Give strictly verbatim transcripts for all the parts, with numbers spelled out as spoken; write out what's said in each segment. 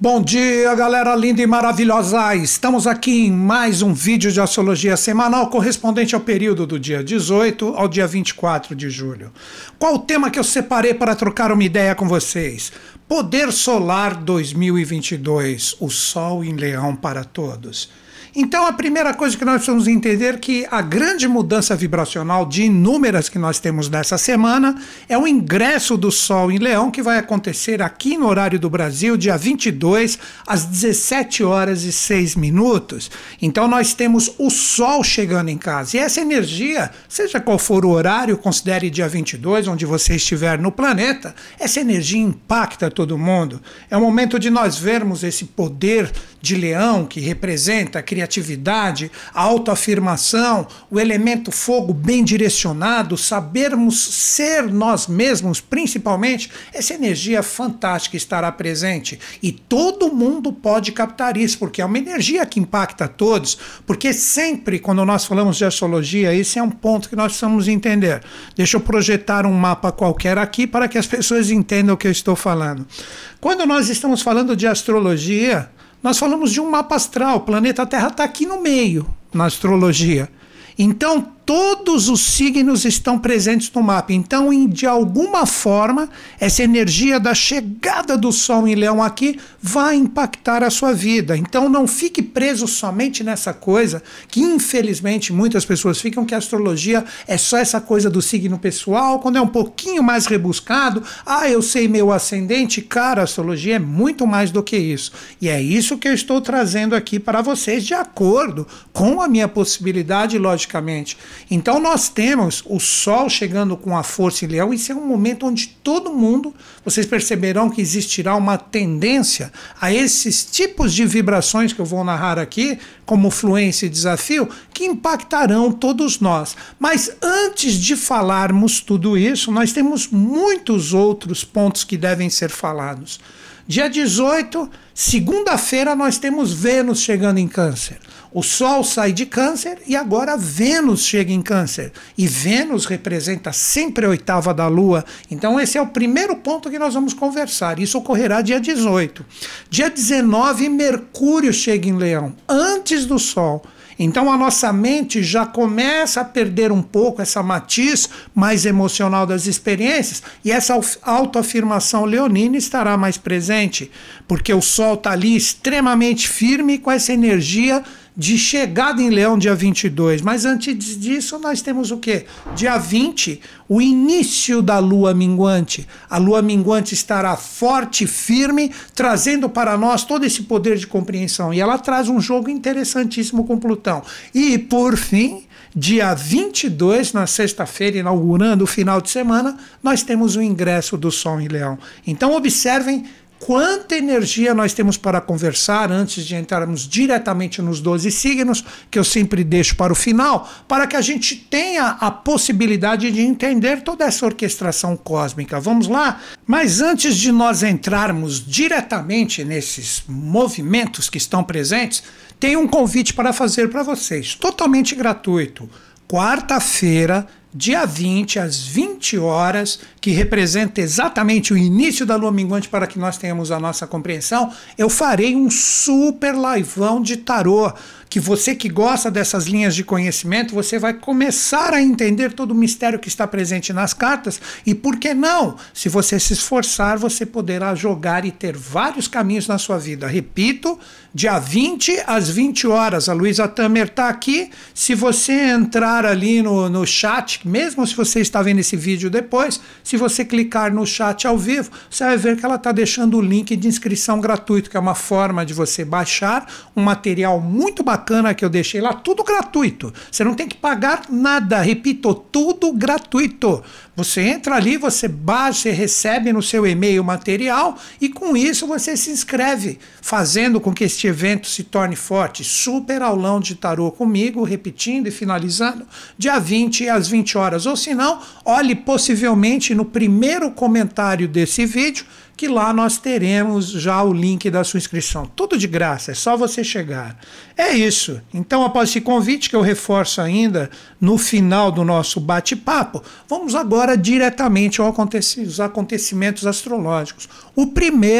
Bom dia, galera linda e maravilhosa! Estamos aqui em mais um vídeo de astrologia semanal correspondente ao período do dia dezoito ao dia vinte e quatro de julho. Qual o tema que eu separei para trocar uma ideia com vocês? Poder Solar dois mil e vinte e dois, o Sol em Leão para todos. Então a primeira coisa que nós precisamos entender é que a grande mudança vibracional de inúmeras que nós temos nessa semana é o ingresso do Sol em Leão, que vai acontecer aqui no horário do Brasil, dia vinte e dois, às dezessete horas e seis minutos. Então nós temos o Sol chegando em casa. E essa energia, seja qual for o horário, considere dia vinte e dois, onde você estiver no planeta, essa energia impacta todo mundo. É o momento de nós vermos esse poder de Leão, que representa a criatividade, a autoafirmação, o elemento fogo bem direcionado, sabermos ser nós mesmos, principalmente, essa energia fantástica estará presente. E todo mundo pode captar isso, porque é uma energia que impacta a todos, porque sempre, quando nós falamos de astrologia, esse é um ponto que nós precisamos entender. Deixa eu projetar um mapa qualquer aqui para que as pessoas entendam o que eu estou falando. Quando nós estamos falando de astrologia, nós falamos de um mapa astral, o planeta Terra está aqui no meio, na astrologia. Então, todos os signos estão presentes no mapa. Então, em, de alguma forma, essa energia da chegada do Sol em Leão aqui vai impactar a sua vida. Então, não fique preso somente nessa coisa, que infelizmente muitas pessoas ficam, que a astrologia é só essa coisa do signo pessoal, quando é um pouquinho mais rebuscado, ah, eu sei meu ascendente. Cara, a astrologia é muito mais do que isso. E é isso que eu estou trazendo aqui para vocês, de acordo com a minha possibilidade, logicamente. Então nós temos o Sol chegando com a força em Leão, e isso é um momento onde todo mundo, vocês perceberão que existirá uma tendência a esses tipos de vibrações que eu vou narrar aqui, como fluência e desafio, que impactarão todos nós. Mas antes de falarmos tudo isso, nós temos muitos outros pontos que devem ser falados. Dia dezoito, segunda-feira, nós temos Vênus chegando em Câncer. O Sol sai de Câncer e agora Vênus chega em Câncer. E Vênus representa sempre a oitava da Lua. Então esse é o primeiro ponto que nós vamos conversar. Isso ocorrerá dia dezoito. Dia dezenove, Mercúrio chega em Leão, antes do Sol. Então a nossa mente já começa a perder um pouco essa matiz mais emocional das experiências, e essa autoafirmação leonina estará mais presente, porque o Sol está ali extremamente firme com essa energia de chegada em Leão dia vinte e dois. Mas antes disso nós temos o quê? Dia vinte, o início da Lua minguante. A Lua minguante estará forte e firme, trazendo para nós todo esse poder de compreensão. E ela traz um jogo interessantíssimo com Plutão. E por fim, dia vinte e dois, na sexta-feira, inaugurando o final de semana, nós temos o ingresso do Sol em Leão. Então observem quanta energia nós temos para conversar antes de entrarmos diretamente nos doze signos, que eu sempre deixo para o final, para que a gente tenha a possibilidade de entender toda essa orquestração cósmica. Vamos lá? Mas antes de nós entrarmos diretamente nesses movimentos que estão presentes, tem um convite para fazer para vocês, totalmente gratuito. Quarta-feira, dia vinte, às vinte horas, que representa exatamente o início da Lua minguante, para que nós tenhamos a nossa compreensão, eu farei um super liveão de tarô, que você que gosta dessas linhas de conhecimento, você vai começar a entender todo o mistério que está presente nas cartas, e por que não? Se você se esforçar, você poderá jogar e ter vários caminhos na sua vida. Repito, dia vinte às vinte horas, a Luísa Tamer está aqui. Se você entrar ali no, no chat, mesmo se você está vendo esse vídeo depois, se você clicar no chat ao vivo, você vai ver que ela está deixando o link de inscrição gratuito, que é uma forma de você baixar um material muito bacana que eu deixei lá, tudo gratuito. Você não tem que pagar nada, repito, tudo gratuito. Você entra ali, você baixa, você recebe no seu e-mail o material, e com isso você se inscreve, fazendo com que este evento se torne forte. Super aulão de tarô comigo, repetindo e finalizando, dia vinte às vinte horas. Ou se não, olhe possivelmente no primeiro comentário desse vídeo, que lá nós teremos já o link da sua inscrição. Tudo de graça, é só você chegar. É isso. Então, após esse convite, que eu reforço ainda no final do nosso bate-papo, vamos agora diretamente aos acontecimentos astrológicos. O primeiro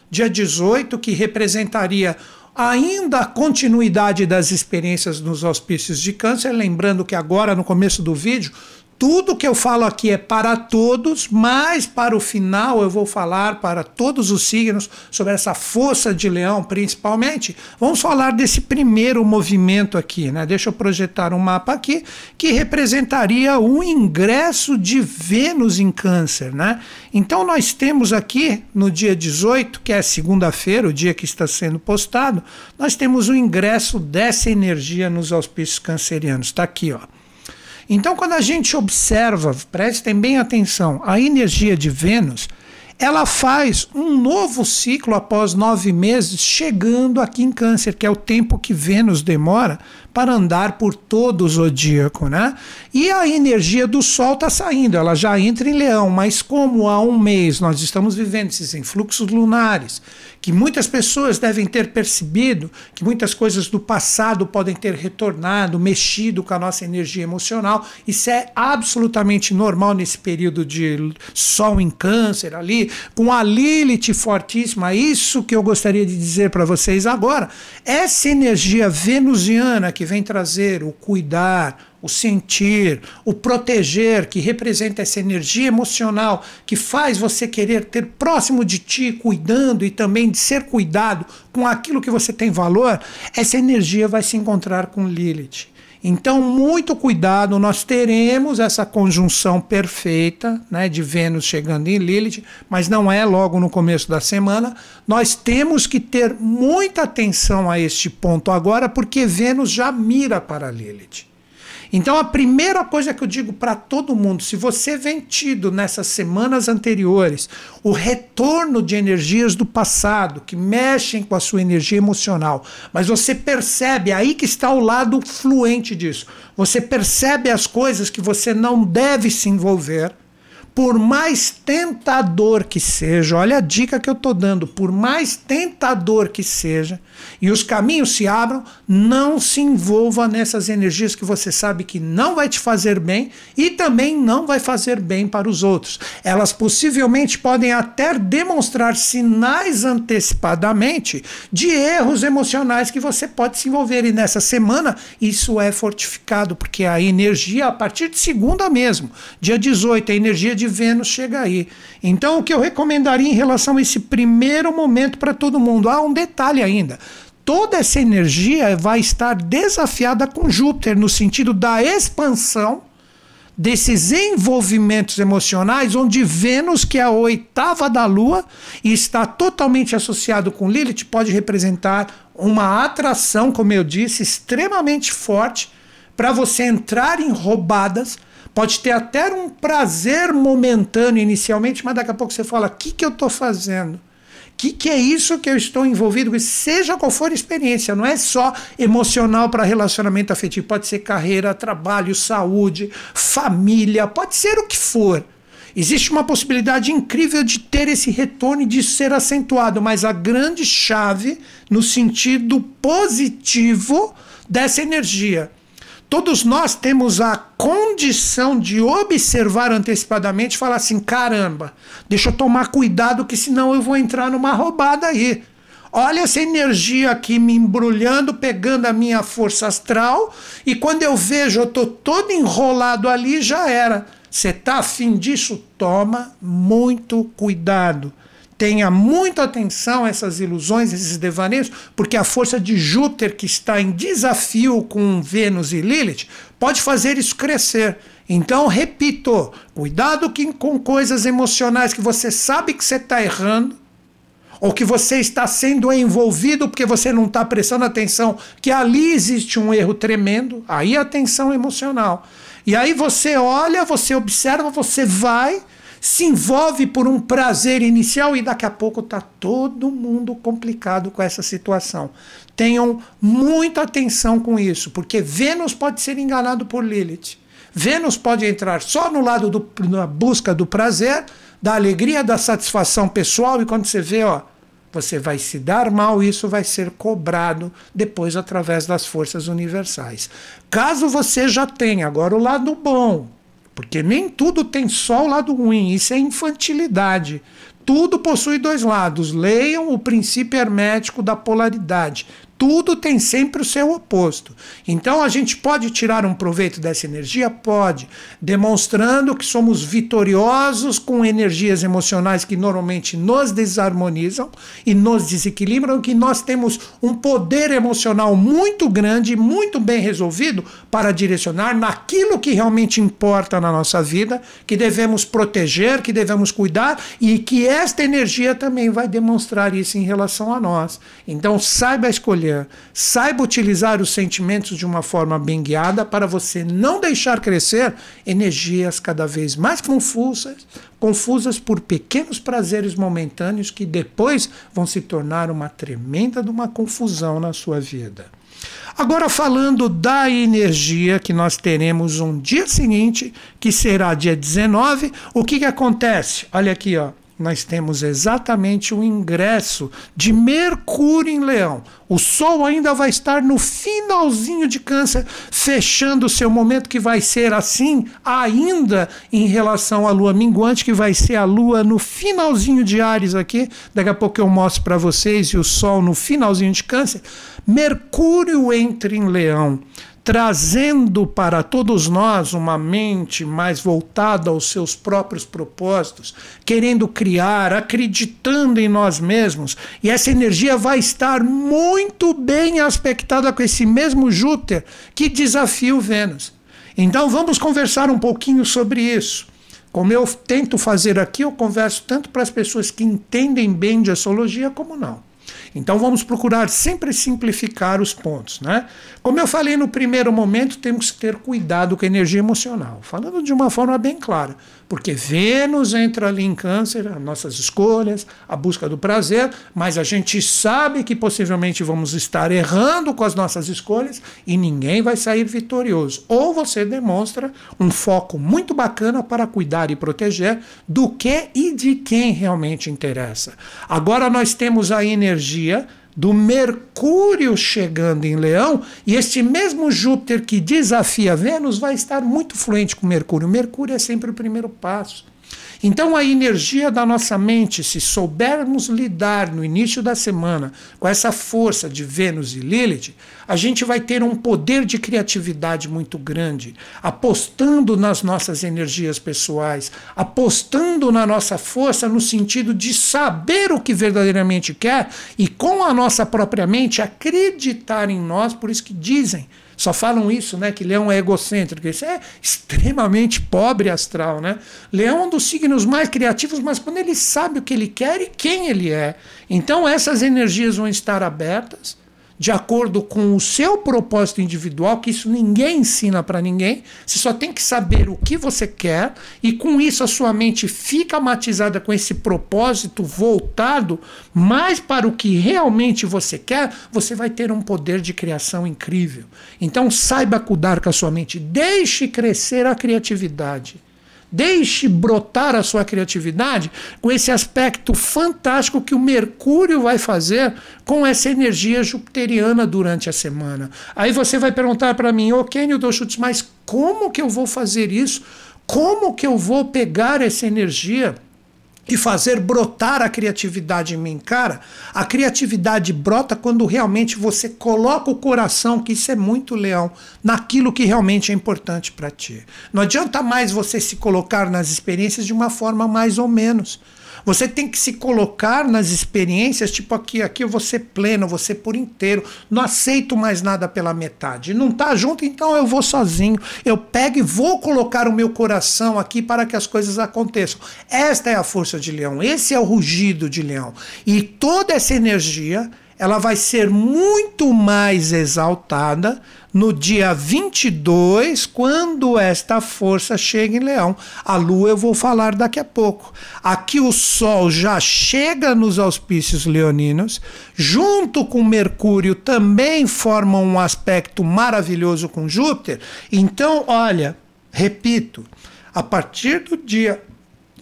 dia dezoito, que representaria ainda a continuidade das experiências nos auspícios de Câncer, lembrando que agora no começo do vídeo, tudo que eu falo aqui é para todos, mas para o final eu vou falar para todos os signos sobre essa força de Leão principalmente. Vamos falar desse primeiro movimento aqui, né? Deixa eu projetar um mapa aqui que representaria o ingresso de Vênus em Câncer, né? Então nós temos aqui no dia dezoito, que é segunda-feira, o dia que está sendo postado, nós temos o ingresso dessa energia nos auspícios cancerianos. Está aqui, ó. Então, quando a gente observa, prestem bem atenção, a energia de Vênus, ela faz um novo ciclo após nove meses, chegando aqui em Câncer, que é o tempo que Vênus demora para andar por todo o zodíaco, né? E a energia do Sol está saindo, ela já entra em Leão, mas como há um mês nós estamos vivendo esses influxos lunares, que muitas pessoas devem ter percebido, que muitas coisas do passado podem ter retornado, mexido com a nossa energia emocional, isso é absolutamente normal nesse período de Sol em Câncer ali, com a Lilith fortíssima, isso que eu gostaria de dizer para vocês agora, essa energia venusiana que vem trazer o cuidar, o sentir, o proteger, que representa essa energia emocional que faz você querer ter próximo de ti, cuidando e também de ser cuidado com aquilo que você tem valor, essa energia vai se encontrar com Lilith. Então, muito cuidado, nós teremos essa conjunção perfeita, né, de Vênus chegando em Lilith, mas não é logo no começo da semana. Nós temos que ter muita atenção a este ponto agora, porque Vênus já mira para Lilith. Então a primeira coisa que eu digo para todo mundo, se você vem tido nessas semanas anteriores o retorno de energias do passado que mexem com a sua energia emocional, mas você percebe, aí que está o lado fluente disso, você percebe as coisas que você não deve se envolver, por mais tentador que seja, olha a dica que eu estou dando, por mais tentador que seja, e os caminhos se abram, não se envolva nessas energias que você sabe que não vai te fazer bem e também não vai fazer bem para os outros. Elas possivelmente podem até demonstrar sinais antecipadamente de erros emocionais que você pode se envolver, e nessa semana isso é fortificado, porque a energia, a partir de segunda mesmo, dia dezoito, a energia de Vênus chega aí. Então o que eu recomendaria em relação a esse primeiro momento para todo mundo, há um detalhe ainda, toda essa energia vai estar desafiada com Júpiter, no sentido da expansão desses envolvimentos emocionais, onde Vênus, que é a oitava da Lua, e está totalmente associado com Lilith, pode representar uma atração, como eu disse, extremamente forte, para você entrar em roubadas. Pode ter até um prazer momentâneo inicialmente, mas daqui a pouco você fala, o que, que eu estou fazendo? O que, que é isso que eu estou envolvido? Seja qual for a experiência, não é só emocional para relacionamento afetivo, pode ser carreira, trabalho, saúde, família, pode ser o que for. Existe uma possibilidade incrível de ter esse retorno e de ser acentuado, mas a grande chave no sentido positivo dessa energia. Todos nós temos a condição de observar antecipadamente e falar assim, caramba, deixa eu tomar cuidado que senão eu vou entrar numa roubada aí. Olha essa energia aqui me embrulhando, pegando a minha força astral, e quando eu vejo eu estou todo enrolado ali, já era. Você está afim disso? Toma muito cuidado. Tenha muita atenção a essas ilusões, esses devaneios, porque a força de Júpiter, que está em desafio com Vênus e Lilith, pode fazer isso crescer. Então, repito, cuidado com coisas emocionais que você sabe que você está errando, ou que você está sendo envolvido porque você não está prestando atenção, que ali existe um erro tremendo, aí a atenção emocional. E aí você olha, você observa, você vai, se envolve por um prazer inicial e daqui a pouco está todo mundo complicado com essa situação. Tenham muita atenção com isso, porque Vênus pode ser enganado por Lilith. Vênus pode entrar só no lado do, da busca do prazer, da alegria, da satisfação pessoal, e quando você vê, ó, você vai se dar mal, isso vai ser cobrado depois através das forças universais. Caso você já tenha agora o lado bom, porque nem tudo tem só o lado ruim, isso é infantilidade. tudo possui dois lados. Leiam o princípio hermético da polaridade. Tudo tem sempre o seu oposto. Então a gente pode tirar um proveito dessa energia? Pode. Demonstrando que somos vitoriosos com energias emocionais que normalmente nos desarmonizam e nos desequilibram, que nós temos um poder emocional muito grande, muito bem resolvido para direcionar naquilo que realmente importa na nossa vida, que devemos proteger, que devemos cuidar, e que esta energia também vai demonstrar isso em relação a nós. Então saiba escolher. Saiba utilizar os sentimentos de uma forma bem guiada para você não deixar crescer energias cada vez mais confusas, confusas por pequenos prazeres momentâneos que depois vão se tornar uma tremenda de uma confusão na sua vida. Agora, falando da energia que nós teremos um dia seguinte, que será dia dezenove, o que que acontece? Olha aqui, ó. Nós temos exatamente o ingresso de Mercúrio em Leão. O Sol ainda vai estar no finalzinho de Câncer, fechando o seu momento, que vai ser assim ainda em relação à Lua minguante, que vai ser a Lua no finalzinho de Áries aqui. Daqui a pouco eu mostro para vocês, e o Sol no finalzinho de Câncer. Mercúrio entra em Leão, trazendo para todos nós uma mente mais voltada aos seus próprios propósitos, querendo criar, acreditando em nós mesmos. E essa energia vai estar muito bem aspectada com esse mesmo Júpiter que desafia o Vênus. Então vamos conversar um pouquinho sobre isso. Como eu tento fazer aqui, eu converso tanto para as pessoas que entendem bem de astrologia como não. Então vamos procurar sempre simplificar os pontos, né? Como eu falei no primeiro momento, temos que ter cuidado com a energia emocional, falando de uma forma bem clara, porque Vênus entra ali em Câncer, as nossas escolhas, a busca do prazer, mas a gente sabe que possivelmente vamos estar errando com as nossas escolhas e ninguém vai sair vitorioso. Ou você demonstra um foco muito bacana para cuidar e proteger do que e de quem realmente interessa. Agora nós temos a energia do Mercúrio chegando em Leão, e este mesmo Júpiter que desafia Vênus vai estar muito fluente com Mercúrio. Mercúrio é sempre o primeiro passo. Então a energia da nossa mente, se soubermos lidar no início da semana com essa força de Vênus e Lilith, a gente vai ter um poder de criatividade muito grande, apostando nas nossas energias pessoais, apostando na nossa força no sentido de saber o que verdadeiramente quer e com a nossa própria mente acreditar em nós. Por isso que dizem, só falam isso, né, que Leão é egocêntrico. Isso é extremamente pobre astral, né? Leão é um dos signos mais criativos, mas quando ele sabe o que ele quer e quem ele é. Então essas energias vão estar abertas, de acordo com o seu propósito individual, que isso ninguém ensina para ninguém. Você só tem que saber o que você quer, e com isso a sua mente fica matizada com esse propósito voltado mais para o que realmente você quer. Você vai ter um poder de criação incrível. Então saiba cuidar com a sua mente, deixe crescer a criatividade. Deixe brotar a sua criatividade com esse aspecto fantástico que o Mercúrio vai fazer com essa energia jupiteriana durante a semana. Aí você vai perguntar para mim, ô Kenio Doschutz, mas como que eu vou fazer isso? Como que eu vou pegar essa energia e fazer brotar a criatividade em mim? Cara, a criatividade brota quando realmente você coloca o coração, que isso é muito Leão, naquilo que realmente é importante para ti. Não adianta mais você se colocar nas experiências de uma forma mais ou menos. Você tem que se colocar nas experiências, tipo aqui, aqui eu vou ser pleno, vou ser por inteiro, não aceito mais nada pela metade. Não tá junto, então eu vou sozinho. Eu pego e vou colocar o meu coração aqui para que as coisas aconteçam. Esta é a força de Leão, esse é o rugido de Leão. E toda essa energia, ela vai ser muito mais exaltada no dia vinte e dois, quando esta força chega em Leão. A Lua eu vou falar daqui a pouco. Aqui o Sol já chega nos auspícios leoninos, junto com Mercúrio também formam um aspecto maravilhoso com Júpiter. Então, olha, repito, a partir do dia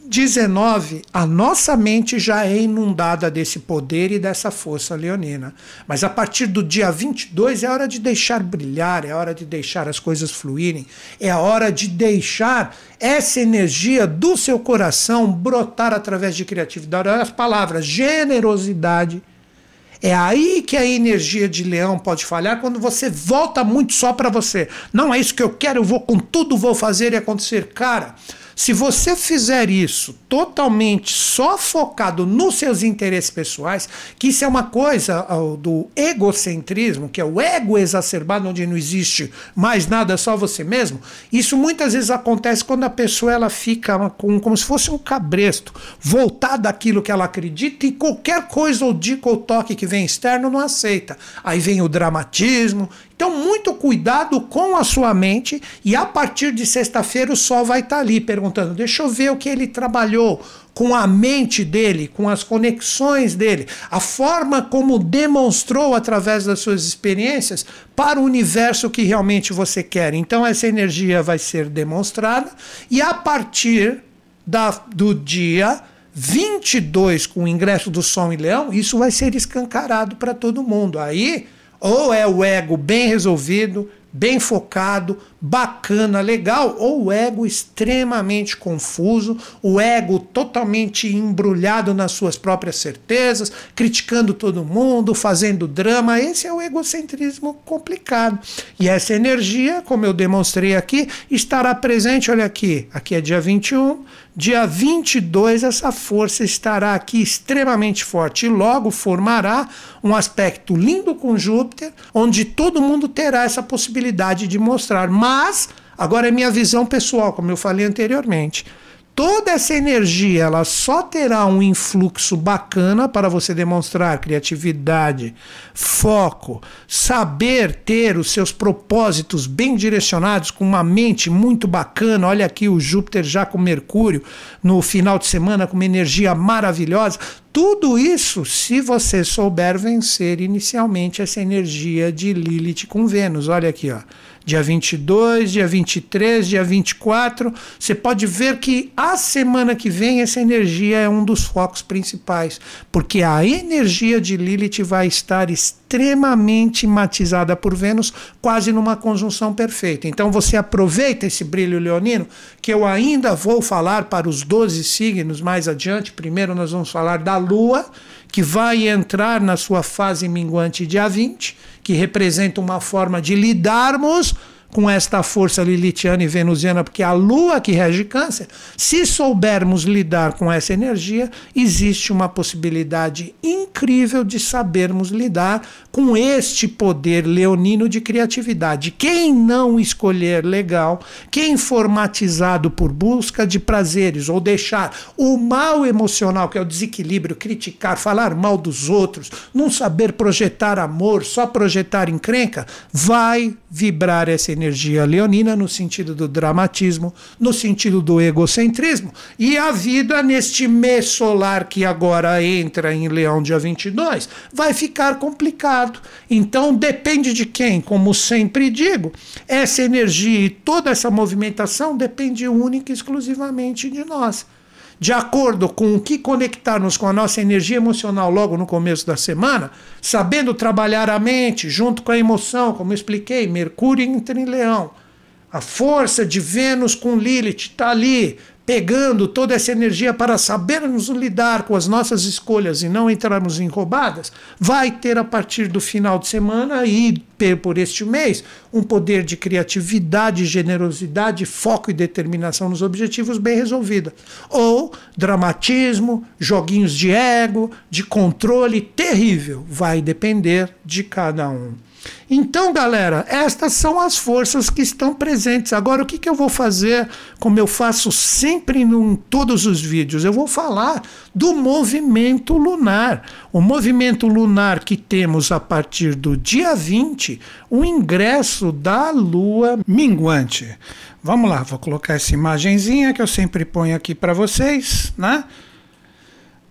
dezenove, a nossa mente já é inundada desse poder e dessa força leonina. Mas a partir do dia vinte e dois é hora de deixar brilhar, é hora de deixar as coisas fluírem, é a hora de deixar essa energia do seu coração brotar através de criatividade. Olha as palavras, generosidade. É aí que a energia de leão pode falhar, quando você volta muito só para você. Não é isso que eu quero, eu vou com tudo, vou fazer e acontecer. Cara, se você fizer isso totalmente só focado nos seus interesses pessoais, que isso é uma coisa do egocentrismo, que é o ego exacerbado, onde não existe mais nada, só você mesmo, isso muitas vezes acontece quando a pessoa ela fica com, como se fosse um cabresto, voltada daquilo que ela acredita e qualquer coisa ou dica ou toque que vem externo não aceita. Aí vem o dramatismo. Então, muito cuidado com a sua mente, e a partir de sexta-feira o sol vai estar ali perguntando, deixa eu ver o que ele trabalhou com a mente dele, com as conexões dele, a forma como demonstrou através das suas experiências para o universo que realmente você quer. Então, essa energia vai ser demonstrada, e a partir da, do dia vinte e dois, com o ingresso do Sol em Leão, isso vai ser escancarado para todo mundo. Aí, ou é o ego bem resolvido, bem focado, bacana, legal, ou o ego extremamente confuso, o ego totalmente embrulhado nas suas próprias certezas, criticando todo mundo, fazendo drama. Esse é o egocentrismo complicado. E essa energia, como eu demonstrei aqui, estará presente, olha aqui, aqui é dia vinte e um, dia vinte e dois essa força estará aqui extremamente forte e logo formará um aspecto lindo com Júpiter, onde todo mundo terá essa possibilidade de mostrar. Mas, agora é minha visão pessoal, como eu falei anteriormente, toda essa energia ela só terá um influxo bacana para você demonstrar criatividade, foco, saber ter os seus propósitos bem direcionados, com uma mente muito bacana. Olha aqui o Júpiter já com Mercúrio no final de semana, com uma energia maravilhosa. Tudo isso se você souber vencer inicialmente essa energia de Lilith com Vênus. Olha aqui, ó. Dia vinte e dois, dia vinte e três, dia vinte e quatro, você pode ver que a semana que vem essa energia é um dos focos principais, porque a energia de Lilith vai estar extremamente matizada por Vênus, quase numa conjunção perfeita. Então você aproveita esse brilho leonino, que eu ainda vou falar para os doze signos mais adiante. Primeiro nós vamos falar da Lua, que vai entrar na sua fase minguante dia vinte, que representa uma forma de lidarmos com esta força lilithiana e venusiana, porque a Lua que rege Câncer, se soubermos lidar com essa energia, existe uma possibilidade incrível de sabermos lidar com este poder leonino de criatividade. Quem não escolher legal, quem for matizado por busca de prazeres ou deixar o mal emocional, que é o desequilíbrio, criticar, falar mal dos outros, não saber projetar amor, só projetar encrenca, vai vibrar essa energia leonina no sentido do dramatismo, no sentido do egocentrismo. E a vida neste mês solar que agora entra em Leão dia vinte e dois vai ficar complicado. Então depende de quem? Como sempre digo, essa energia e toda essa movimentação depende única e exclusivamente de nós. De acordo com o que conectarmos com a nossa energia emocional logo no começo da semana, sabendo trabalhar a mente junto com a emoção, como eu expliquei, Mercúrio entra em Leão. A força de Vênus com Lilith está ali, pegando toda essa energia para sabermos lidar com as nossas escolhas e não entrarmos em roubadas, vai ter a partir do final de semana e por este mês um poder de criatividade, generosidade, foco e determinação nos objetivos bem resolvida. Ou dramatismo, joguinhos de ego, de controle terrível, vai depender de cada um. Então, galera, estas são as forças que estão presentes. Agora, o que, que eu vou fazer, como eu faço sempre em todos os vídeos? Eu vou falar do movimento lunar. O movimento lunar que temos a partir do dia vinte, o ingresso da Lua minguante. Vamos lá, vou colocar essa imagenzinha que eu sempre ponho aqui para vocês, né?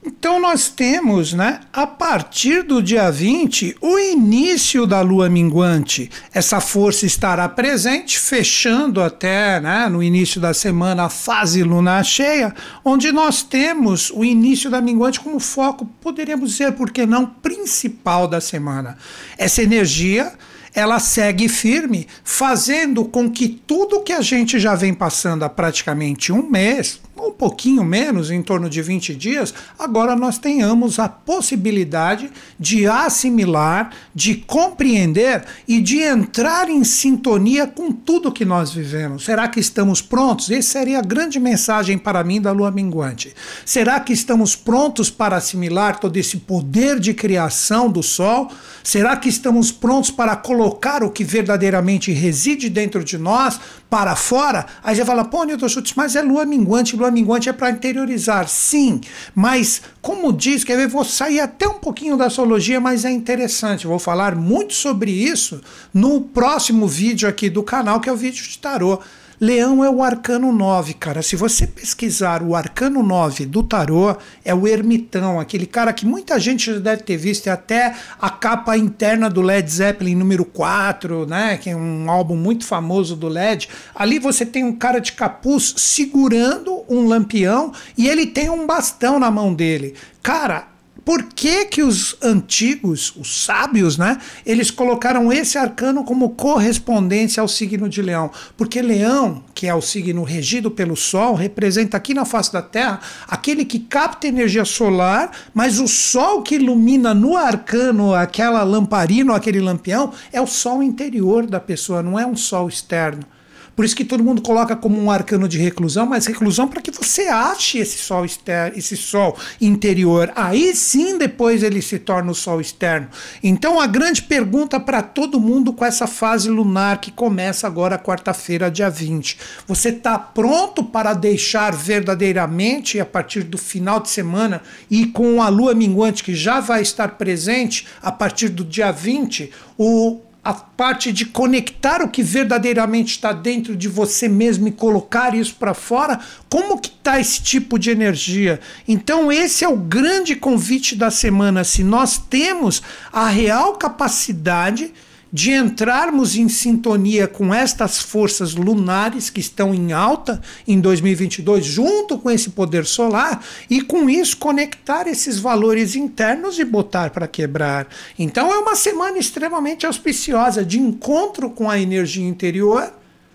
Então nós temos, né, a partir do dia vinte, o início da lua minguante. Essa força estará presente, fechando até, né, no início da semana a fase lunar cheia, onde nós temos o início da minguante como foco, poderíamos dizer, por que não, principal da semana. Essa energia, ela segue firme, fazendo com que tudo que a gente já vem passando há praticamente um mês, um pouquinho menos, em torno de vinte dias, agora nós tenhamos a possibilidade de assimilar, de compreender e de entrar em sintonia com tudo que nós vivemos. Será que estamos prontos? Essa seria a grande mensagem para mim da lua minguante. Será que estamos prontos para assimilar todo esse poder de criação do sol? Será que estamos prontos para colocar o que verdadeiramente reside dentro de nós para fora? Aí você fala, pô, Newton Schultz, mas é lua minguante, lua minguante é para interiorizar. Sim, mas como diz, quer ver, vou sair até um pouquinho da astrologia, mas é interessante, vou falar muito sobre isso no próximo vídeo aqui do canal, que é o vídeo de tarô. Leão é o arcano nove, cara. Se você pesquisar o arcano nove do tarô, é o ermitão, aquele cara que muita gente já deve ter visto, é até a capa interna do Led Zeppelin número quatro, né, que é um álbum muito famoso do Led. Ali você tem um cara de capuz segurando um lampião e ele tem um bastão na mão dele. Cara, por que que os antigos, os sábios, né, eles colocaram esse arcano como correspondência ao signo de Leão? Porque Leão, que é o signo regido pelo Sol, representa aqui na face da Terra aquele que capta energia solar, mas o Sol que ilumina no arcano aquela lamparina, aquele lampião, é o Sol interior da pessoa, não é um Sol externo. Por isso que todo mundo coloca como um arcano de reclusão, mas reclusão para que você ache esse sol externo, esse sol interior. Aí sim depois ele se torna o sol externo. Então a grande pergunta para todo mundo com essa fase lunar que começa agora quarta-feira, dia vinte. Você está pronto para deixar verdadeiramente, a partir do final de semana, e com a lua minguante que já vai estar presente a partir do dia vinte, o a parte de conectar o que verdadeiramente está dentro de você mesmo e colocar isso para fora? Como que está esse tipo de energia? Então esse é o grande convite da semana. Se nós temos a real capacidade de entrarmos em sintonia com estas forças lunares que estão em alta em dois mil e vinte e dois, junto com esse poder solar, e com isso conectar esses valores internos e botar para quebrar. Então é uma semana extremamente auspiciosa de encontro com a energia interior,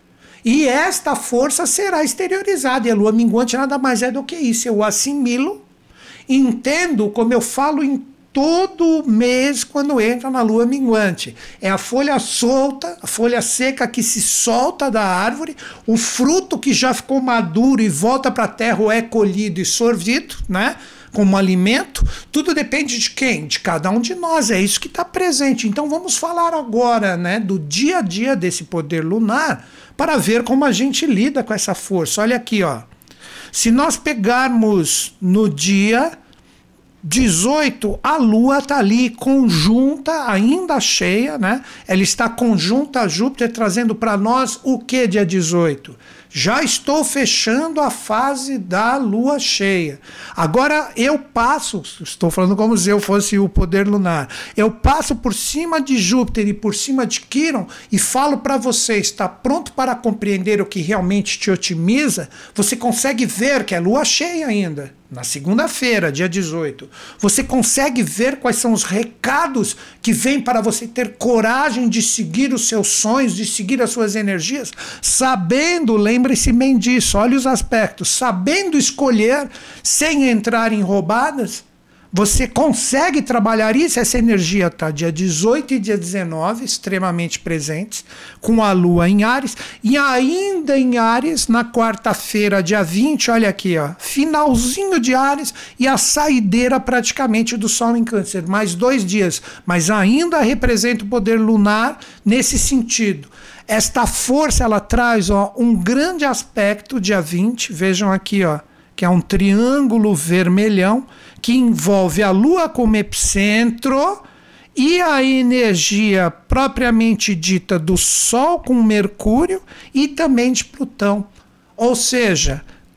e esta força será exteriorizada. E a lua minguante nada mais é do que isso. Eu assimilo, entendo, como eu falo em todo mês quando entra na lua minguante. É a folha solta, a folha seca que se solta da árvore, o fruto que já ficou maduro e volta para a terra ou é colhido e sorvido, né, como alimento. Tudo depende de quem? De cada um de nós. É isso que está presente. Então vamos falar agora, né, do dia a dia desse poder lunar para ver como a gente lida com essa força. Olha aqui, ó. Se nós pegarmos no dia dezoito, a Lua está ali conjunta, ainda cheia, né? Ela está conjunta a Júpiter, trazendo para nós o que dia dezoito? Já estou fechando a fase da Lua cheia. Agora eu passo, estou falando como se eu fosse o poder lunar, eu passo por cima de Júpiter e por cima de Quirón e falo para você, está pronto para compreender o que realmente te otimiza? Você consegue ver que é Lua cheia ainda. Na segunda-feira, dia dezoito, você consegue ver quais são os recados que vêm para você ter coragem de seguir os seus sonhos, de seguir as suas energias, sabendo, lembre-se bem disso, olha os aspectos, sabendo escolher sem entrar em roubadas. Você consegue trabalhar isso? Essa energia está dia dezoito e dia dezenove, extremamente presentes, com a Lua em Áries, e ainda em Áries, na quarta-feira, dia vinte, olha aqui, ó, finalzinho de Áries e a saideira praticamente do Sol em Câncer, mais dois dias, mas ainda representa o poder lunar nesse sentido. Esta força, ela traz, ó, um grande aspecto, dia vinte, vejam aqui, ó, que é um triângulo vermelhão, que envolve a Lua como epicentro e a energia propriamente dita do Sol com Mercúrio e também de Plutão. Ou seja,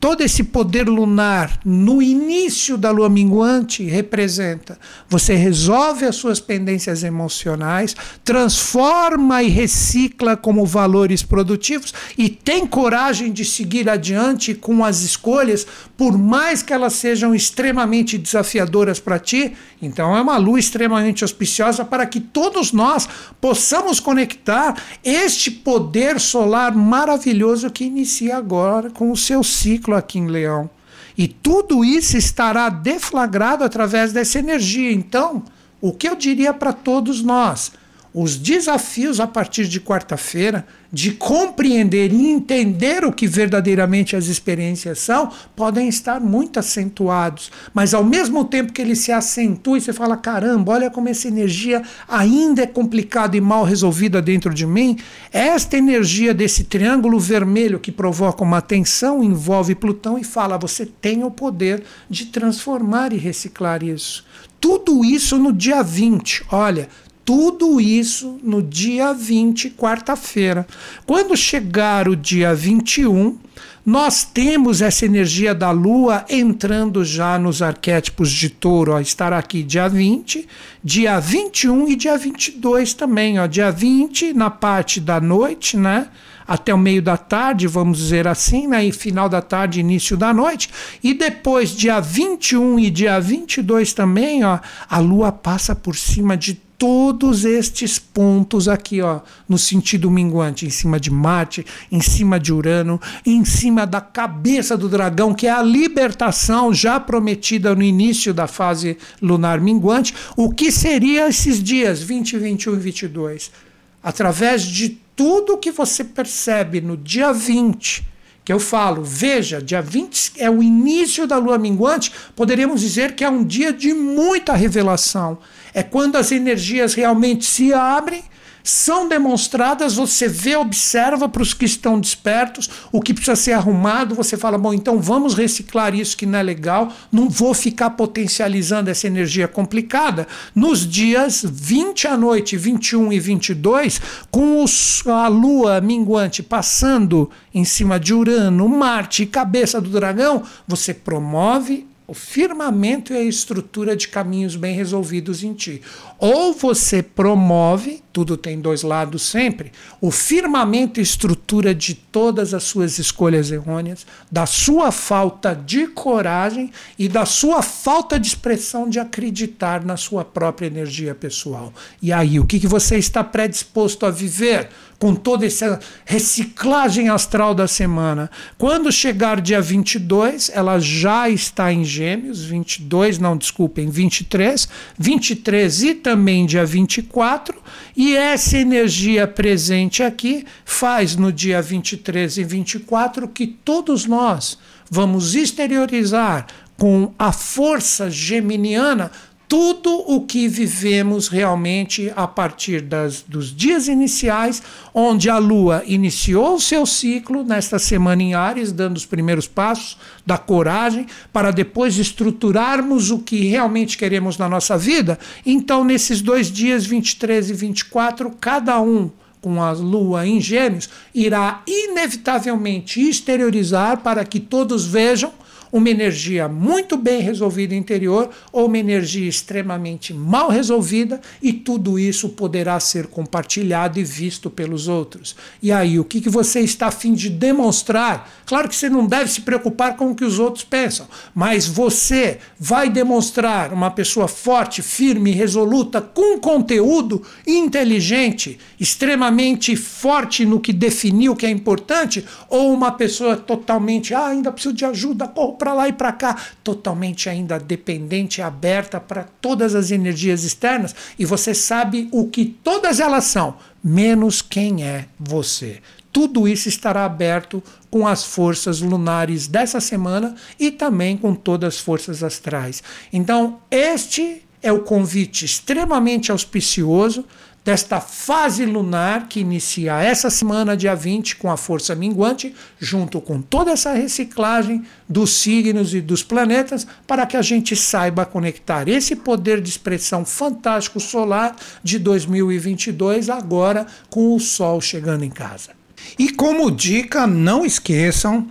todo esse poder lunar no início da lua minguante representa: você resolve as suas pendências emocionais, transforma e recicla como valores produtivos e tem coragem de seguir adiante com as escolhas, por mais que elas sejam extremamente desafiadoras para ti. Então é uma lua extremamente auspiciosa para que todos nós possamos conectar este poder solar maravilhoso que inicia agora com o seu ciclo aqui em Leão. E tudo isso estará deflagrado através dessa energia. Então, o que eu diria para todos nós? Os desafios a partir de quarta-feira de compreender e entender o que verdadeiramente as experiências são podem estar muito acentuados, mas ao mesmo tempo que ele se acentua e você fala: caramba, olha como essa energia ainda é complicada e mal resolvida dentro de mim. Esta energia desse triângulo vermelho que provoca uma tensão envolve Plutão e fala: você tem o poder de transformar e reciclar isso. Tudo isso no dia vinte, olha, tudo isso no dia vinte, quarta-feira. Quando chegar o dia vinte e um, nós temos essa energia da Lua entrando já nos arquétipos de Touro. Ó, estará aqui dia vinte, dia vinte e um e dia vinte e dois também. Ó, dia vinte na parte da noite, né? Até o meio da tarde, vamos dizer assim, né? E final da tarde, início da noite. E depois, dia vinte e um e dia vinte e dois também, ó, a Lua passa por cima de todos estes pontos aqui, ó, no sentido minguante, em cima de Marte, em cima de Urano, em cima da cabeça do dragão, que é a libertação já prometida no início da fase lunar minguante. O que seria esses dias vinte, vinte e um e vinte e dois? Através de tudo que você percebe no dia vinte, que eu falo, veja, dia vinte é o início da lua minguante, poderíamos dizer que é um dia de muita revelação. É quando as energias realmente se abrem, são demonstradas, você vê, observa para os que estão despertos, o que precisa ser arrumado, você fala: bom, então vamos reciclar isso que não é legal, não vou ficar potencializando essa energia complicada. Nos dias vinte à noite, vinte e um e vinte e dois, com os, a lua minguante passando em cima de Urano, Marte e cabeça do dragão, você promove o firmamento e a estrutura de caminhos bem resolvidos em ti. Ou você promove, tudo tem dois lados sempre, o firmamento e estrutura de todas as suas escolhas errôneas, da sua falta de coragem e da sua falta de expressão de acreditar na sua própria energia pessoal. E aí, o que, que você está predisposto a viver com toda essa reciclagem astral da semana? Quando chegar dia vinte e dois, ela já está em Gêmeos, vinte e dois, não, desculpem, vinte e três, vinte e três e também dia vinte e quatro, e essa energia presente aqui faz no dia vinte e três e vinte e quatro que todos nós vamos exteriorizar com a força geminiana tudo o que vivemos realmente a partir das, dos dias iniciais, onde a Lua iniciou o seu ciclo nesta semana em Áries, dando os primeiros passos da coragem, para depois estruturarmos o que realmente queremos na nossa vida. Então, nesses dois dias, vinte e três e vinte e quatro, cada um com a Lua em Gêmeos, irá inevitavelmente exteriorizar para que todos vejam uma energia muito bem resolvida interior ou uma energia extremamente mal resolvida, e tudo isso poderá ser compartilhado e visto pelos outros. E aí, o que, que você está a fim de demonstrar? Claro que você não deve se preocupar com o que os outros pensam, mas você vai demonstrar uma pessoa forte, firme, resoluta, com conteúdo inteligente, extremamente forte no que definiu o que é importante, ou uma pessoa totalmente, ah, ainda preciso de ajuda, corro para lá e para cá, totalmente ainda dependente e aberta para todas as energias externas, e você sabe o que todas elas são, menos quem é você. Tudo isso estará aberto com as forças lunares dessa semana e também com todas as forças astrais. Então, este é o convite extremamente auspicioso desta fase lunar que inicia essa semana, dia vinte, com a força minguante, junto com toda essa reciclagem dos signos e dos planetas, para que a gente saiba conectar esse poder de expressão fantástico solar de dois mil e vinte e dois, agora com o Sol chegando em casa. E como dica, não esqueçam,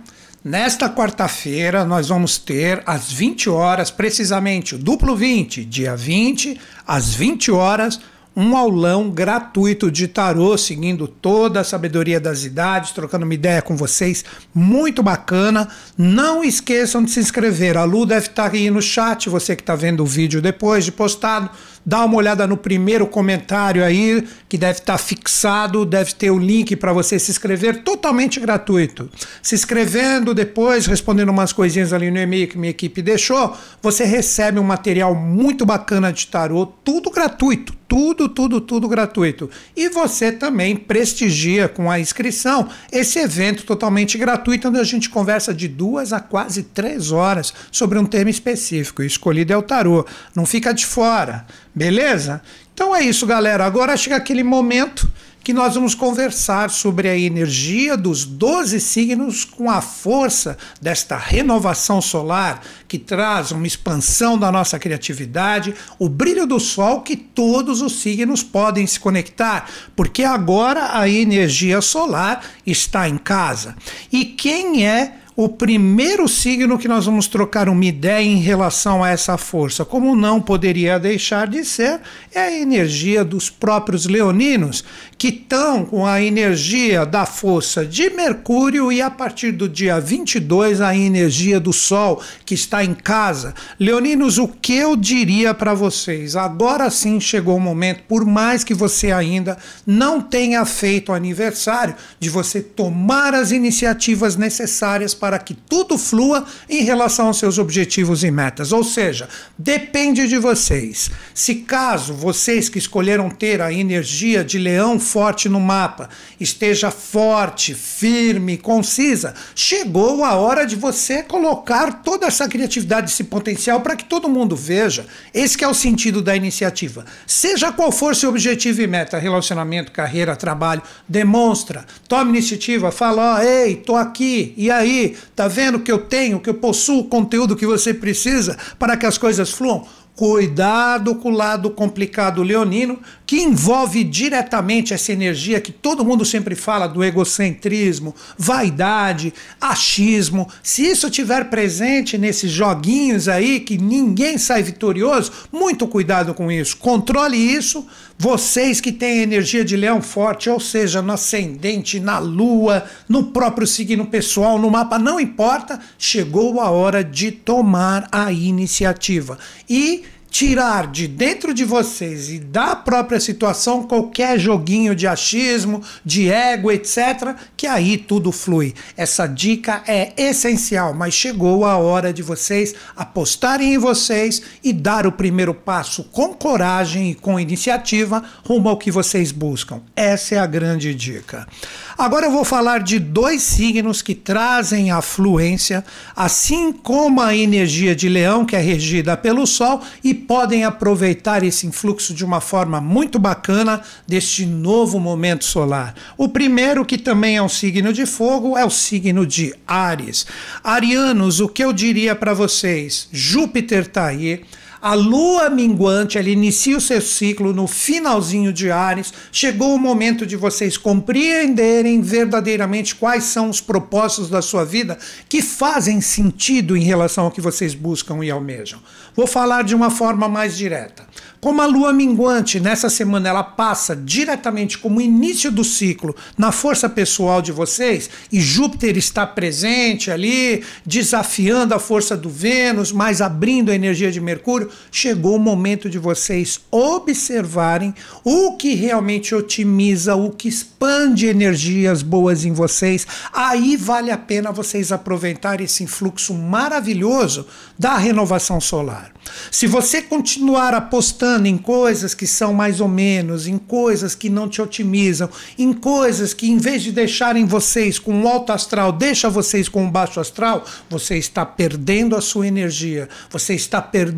Nesta quarta-feira nós vamos ter às vinte horas, precisamente o duplo vinte, dia vinte, às vinte horas, um aulão gratuito de tarô, seguindo toda a sabedoria das idades, trocando uma ideia com vocês, muito bacana. Não esqueçam de se inscrever, a Lu deve estar aí no chat, você que está vendo o vídeo depois de postado, dá uma olhada no primeiro comentário aí, que deve estar fixado, deve ter o link para você se inscrever, totalmente gratuito. Se inscrevendo depois, respondendo umas coisinhas ali no e-mail que minha equipe deixou, você recebe um material muito bacana de tarô, tudo gratuito. Tudo, tudo, tudo gratuito. E você também prestigia com a inscrição esse evento totalmente gratuito, onde a gente conversa de duas a quase três horas sobre um tema específico. O escolhido é o tarô. Não fica de fora, beleza? Então é isso, galera. Agora chega aquele momento que nós vamos conversar sobre a energia dos doze signos com a força desta renovação solar que traz uma expansão da nossa criatividade, o brilho do sol que todos os signos podem se conectar, porque agora a energia solar está em casa. E quem é o primeiro signo que nós vamos trocar uma ideia em relação a essa força, como não poderia deixar de ser, é a energia dos próprios leoninos, que estão com a energia da força de Mercúrio e a partir do dia vinte e dois a energia do Sol, que está em casa. Leoninos, o que eu diria para vocês? Agora sim chegou o momento, por mais que você ainda não tenha feito o aniversário, de você tomar as iniciativas necessárias para para que tudo flua em relação aos seus objetivos e metas. Ou seja, depende de vocês. Se caso vocês que escolheram ter a energia de leão forte no mapa esteja forte, firme, concisa, chegou a hora de você colocar toda essa criatividade, esse potencial para que todo mundo veja. Esse que é o sentido da iniciativa. Seja qual for seu objetivo e meta, relacionamento, carreira, trabalho, demonstra, toma iniciativa, fala, ó, ei, tô aqui, e aí? Tá vendo que eu tenho, que eu possuo o conteúdo que você precisa para que as coisas fluam? Cuidado com o lado complicado leonino, que envolve diretamente essa energia que todo mundo sempre fala do egocentrismo, vaidade, achismo. Se isso estiver presente nesses joguinhos aí, que ninguém sai vitorioso, muito cuidado com isso. Controle isso. Vocês que têm energia de leão forte, ou seja, no ascendente, na lua, no próprio signo pessoal, no mapa, não importa, chegou a hora de tomar a iniciativa. E tirar de dentro de vocês e da própria situação qualquer joguinho de achismo, de ego, etcétera, que aí tudo flui. Essa dica é essencial, mas chegou a hora de vocês apostarem em vocês e dar o primeiro passo com coragem e com iniciativa rumo ao que vocês buscam. Essa é a grande dica. Agora eu vou falar de dois signos que trazem a fluência, assim como a energia de leão, que é regida pelo Sol, e podem aproveitar esse influxo de uma forma muito bacana deste novo momento solar. O primeiro, que também é um signo de fogo, é o signo de Áries. Arianos, o que eu diria para vocês? Júpiter está aí. A lua minguante, ela inicia o seu ciclo no finalzinho de Áries. Chegou o momento de vocês compreenderem verdadeiramente quais são os propósitos da sua vida que fazem sentido em relação ao que vocês buscam e almejam. Vou falar de uma forma mais direta. Como a lua minguante, nessa semana, ela passa diretamente como início do ciclo na força pessoal de vocês, e Júpiter está presente ali, desafiando a força do Vênus, mas abrindo a energia de Mercúrio, chegou o momento de vocês observarem o que realmente otimiza, o que expande energias boas em vocês. Aí vale a pena vocês aproveitarem esse influxo maravilhoso da renovação solar. Se você continuar apostando em coisas que são mais ou menos, em coisas que não te otimizam, em coisas que em vez de deixarem vocês com um alto astral, deixa vocês com um baixo astral, você está perdendo a sua energia, você está perdendo o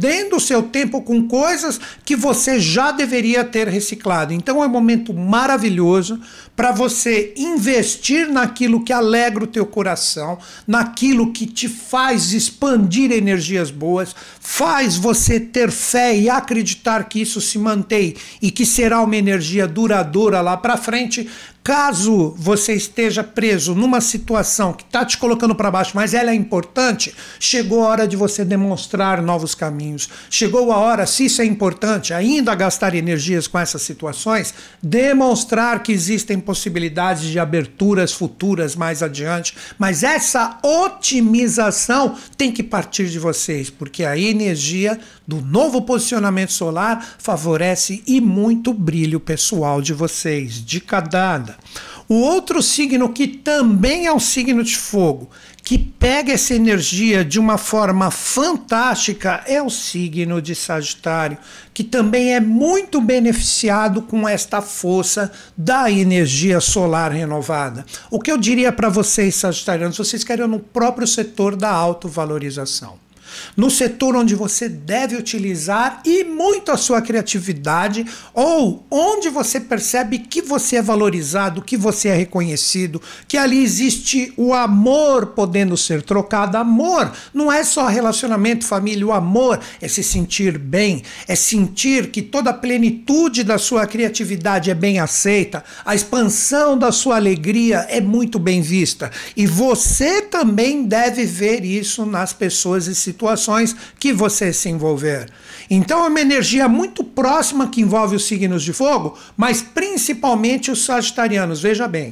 seu tempo com coisas que você já deveria ter reciclado. Então é um momento maravilhoso para você investir naquilo que alegra o teu coração, naquilo que te faz expandir energias boas, faz você ter fé e acreditar que isso se mantém e que será uma energia duradoura lá para frente. Caso você esteja preso numa situação que está te colocando para baixo, mas ela é importante, chegou a hora de você demonstrar novos caminhos. Chegou a hora, se isso é importante, ainda gastar energias com essas situações, demonstrar que existem possibilidades de aberturas futuras mais adiante. Mas essa otimização tem que partir de vocês, porque a energia do novo posicionamento solar favorece e muito o brilho pessoal de vocês. Dica dada. O outro signo que também é um signo de fogo, que pega essa energia de uma forma fantástica, é o signo de Sagitário, que também é muito beneficiado com esta força da energia solar renovada. O que eu diria para vocês, sagitarianos, vocês querem no próprio setor da autovalorização. No setor onde você deve utilizar e muito a sua criatividade, ou onde você percebe que você é valorizado, que você é reconhecido, que ali existe o amor podendo ser trocado. Amor não é só relacionamento, família. O amor é se sentir bem, é sentir que toda a plenitude da sua criatividade é bem aceita, a expansão da sua alegria é muito bem vista. E você também deve ver isso nas pessoas e situações que você se envolver. Então é uma energia muito próxima que envolve os signos de fogo, mas principalmente os sagitarianos. Veja bem,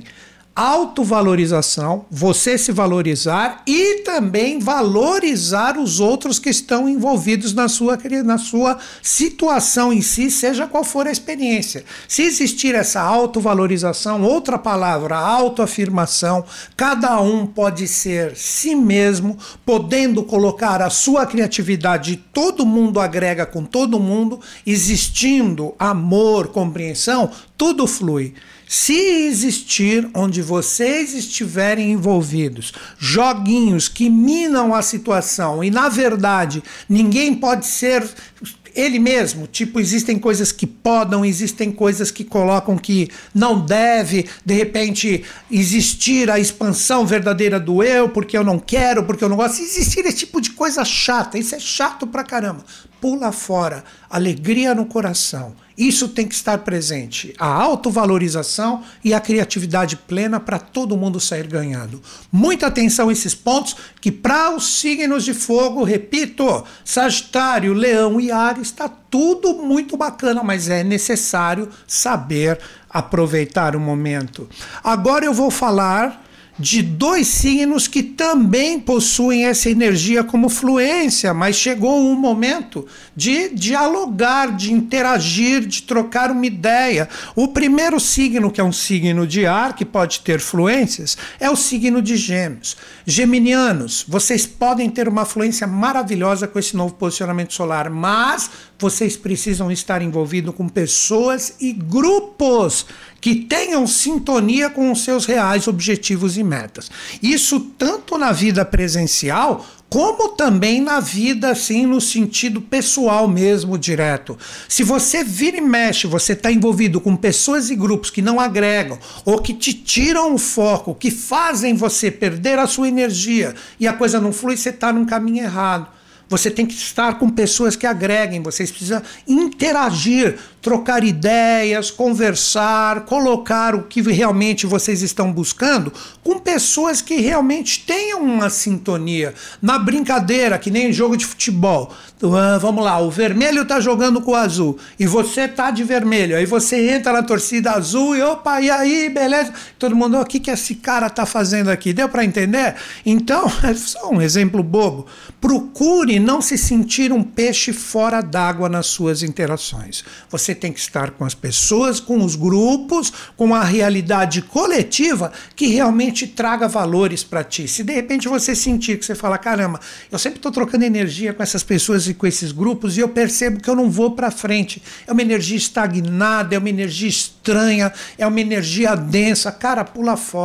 autovalorização, você se valorizar e também valorizar os outros que estão envolvidos na sua, na sua situação em si, seja qual for a experiência. Se existir essa autovalorização, outra palavra, autoafirmação, cada um pode ser si mesmo, podendo colocar a sua criatividade, todo mundo agrega com todo mundo, existindo amor, compreensão, tudo flui. Se existir, onde vocês estiverem envolvidos, joguinhos que minam a situação e, na verdade, ninguém pode ser ele mesmo, tipo, existem coisas que podam, existem coisas que colocam que não deve, de repente, existir a expansão verdadeira do eu, porque eu não quero, porque eu não gosto. Se existir esse tipo de coisa chata, isso é chato pra caramba, pula fora, alegria no coração. Isso tem que estar presente, a autovalorização e a criatividade plena para todo mundo sair ganhando. Muita atenção a esses pontos que para os signos de fogo, repito, Sagitário, Leão e Áries, está tudo muito bacana, mas é necessário saber aproveitar o momento. Agora eu vou falar de dois signos que também possuem essa energia como fluência, mas chegou um momento de dialogar, de interagir, de trocar uma ideia. O primeiro signo, que é um signo de ar, que pode ter fluências, é o signo de Gêmeos. Geminianos, vocês podem ter uma fluência maravilhosa com esse novo posicionamento solar, mas vocês precisam estar envolvidos com pessoas e grupos que tenham sintonia com os seus reais objetivos e metas. Isso tanto na vida presencial, como também na vida, assim, no sentido pessoal mesmo, direto. Se você vira e mexe, você está envolvido com pessoas e grupos que não agregam, ou que te tiram o foco, que fazem você perder a sua energia, e a coisa não flui, você está num caminho errado. Você tem que estar com pessoas que agreguem, vocês precisam interagir, trocar ideias, conversar, colocar o que realmente vocês estão buscando com pessoas que realmente tenham uma sintonia. Na brincadeira, que nem jogo de futebol. Uh, vamos lá, o vermelho está jogando com o azul e você está de vermelho. Aí você entra na torcida azul e opa, e aí, beleza? Todo mundo, o que, que esse cara está fazendo aqui? Deu para entender? Então, é só um exemplo bobo. Procure não se sentir um peixe fora d'água nas suas interações. Você tem que estar com as pessoas, com os grupos, com a realidade coletiva que realmente traga valores para ti. Se de repente você sentir que você fala, caramba, eu sempre estou trocando energia com essas pessoas e com esses grupos e eu percebo que eu não vou para frente. É uma energia estagnada, é uma energia estranha, é uma energia densa. Cara, pula fora.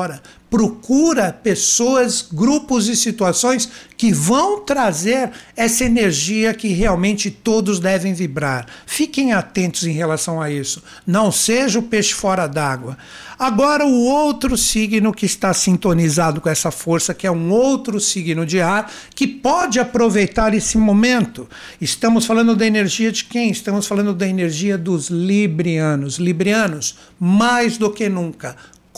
procura pessoas, grupos e situações que vão trazer essa energia que realmente todos devem vibrar. Fiquem atentos em relação a isso. Não seja o peixe fora d'água. Agora, o outro signo que está sintonizado com essa força, que é um outro signo de ar, que pode aproveitar esse momento. Estamos falando da energia de quem? Estamos falando da energia dos librianos. Librianos, mais do que nunca,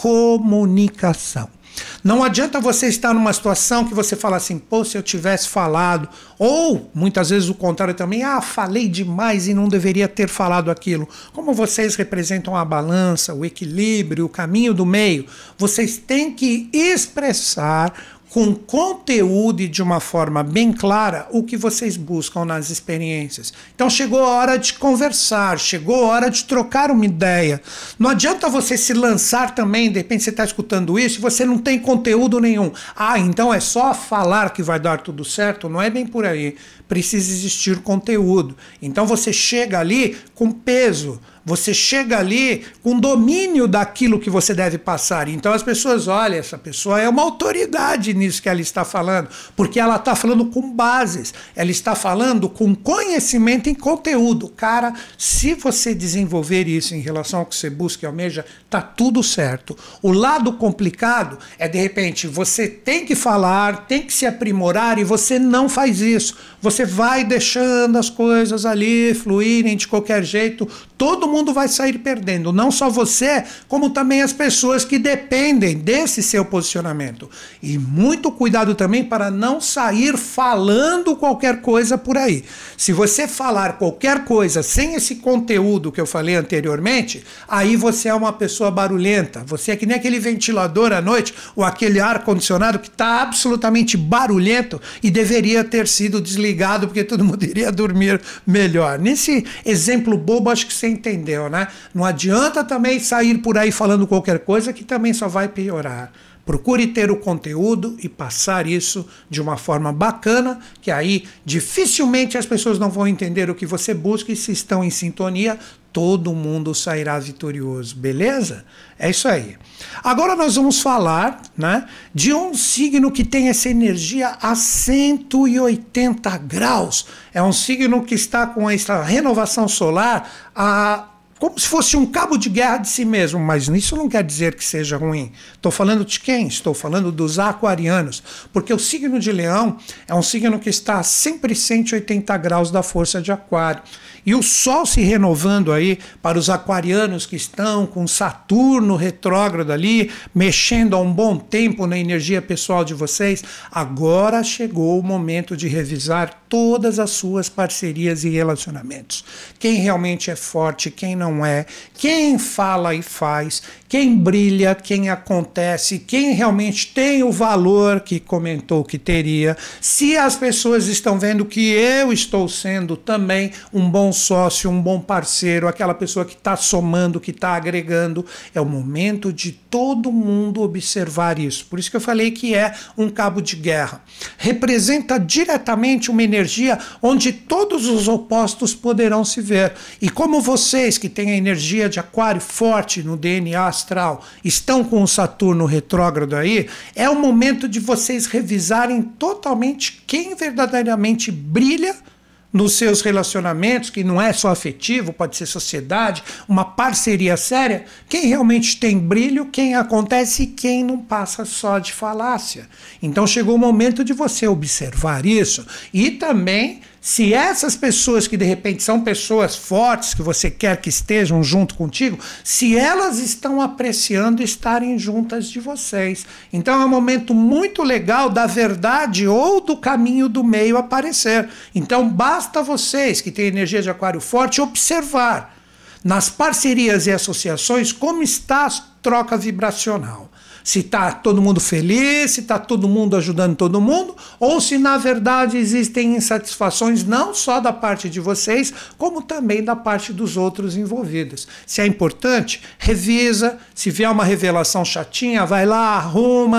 comunicação. Não adianta você estar numa situação que você fala assim, pô, se eu tivesse falado, ou muitas vezes o contrário também, ah, falei demais e não deveria ter falado aquilo. Como vocês representam a balança, o equilíbrio, o caminho do meio, vocês têm que expressar com conteúdo e de uma forma bem clara o que vocês buscam nas experiências. Então chegou a hora de conversar, chegou a hora de trocar uma ideia. Não adianta você se lançar também, de repente você está escutando isso e você não tem conteúdo nenhum. Ah, então é só falar que vai dar tudo certo? Não é bem por aí. Precisa existir conteúdo. Então você chega ali com peso. Você chega ali com domínio daquilo que você deve passar. Então as pessoas, olha, essa pessoa é uma autoridade nisso que ela está falando, porque ela está falando com bases, ela está falando com conhecimento em conteúdo. Cara, se você desenvolver isso em relação ao que você busca e almeja, tá tudo certo. O lado complicado é, de repente, você tem que falar, tem que se aprimorar e você não faz isso. Você vai deixando as coisas ali fluírem de qualquer jeito, todo mundo vai sair perdendo, não só você, como também as pessoas que dependem desse seu posicionamento. E muito cuidado também para não sair falando qualquer coisa por aí. Se você falar qualquer coisa sem esse conteúdo que eu falei anteriormente, aí você é uma pessoa barulhenta. Você é que nem aquele ventilador à noite ou aquele ar-condicionado que está absolutamente barulhento e deveria ter sido desligado porque todo mundo iria dormir melhor. Nesse exemplo bobo, acho que você entendeu, né? Não adianta também sair por aí falando qualquer coisa que também só vai piorar. Procure ter o conteúdo e passar isso de uma forma bacana, que aí dificilmente as pessoas não vão entender o que você busca e se estão em sintonia, todo mundo sairá vitorioso, beleza? É isso aí. Agora nós vamos falar, né, de um signo que tem essa energia a cento e oitenta graus. É um signo que está com essa renovação solar a como se fosse um cabo de guerra de si mesmo, mas isso não quer dizer que seja ruim. Estou falando de quem? Estou falando dos aquarianos, porque o signo de Leão é um signo que está a sempre cento e oitenta graus da força de Aquário. E o Sol se renovando aí para os aquarianos que estão com Saturno retrógrado ali, mexendo há um bom tempo na energia pessoal de vocês. Agora chegou o momento de revisar todas as suas parcerias e relacionamentos. Quem realmente é forte, quem não é, quem fala e faz, quem brilha, quem acontece, quem realmente tem o valor que comentou que teria. Se as pessoas estão vendo que eu estou sendo também um bom sócio, um bom parceiro, aquela pessoa que está somando, que está agregando, é o momento de todo mundo observar isso. Por isso que eu falei que é um cabo de guerra. Representa diretamente uma energia onde todos os opostos poderão se ver. E como vocês que têm a energia de Aquário forte no D N A astral estão com o Saturno retrógrado aí, é o momento de vocês revisarem totalmente quem verdadeiramente brilha nos seus relacionamentos, que não é só afetivo, pode ser sociedade, uma parceria séria, quem realmente tem brilho, quem acontece e quem não passa só de falácia. Então chegou o momento de você observar isso e também se essas pessoas que de repente são pessoas fortes, que você quer que estejam junto contigo, se elas estão apreciando estarem juntas de vocês. Então é um momento muito legal da verdade ou do caminho do meio aparecer. Então basta vocês que têm energia de Aquário forte observar nas parcerias e associações como está a troca vibracional. Se está todo mundo feliz, se está todo mundo ajudando todo mundo, ou se na verdade existem insatisfações não só da parte de vocês, como também da parte dos outros envolvidos. Se é importante, revisa, se vier uma revelação chatinha, vai lá, arruma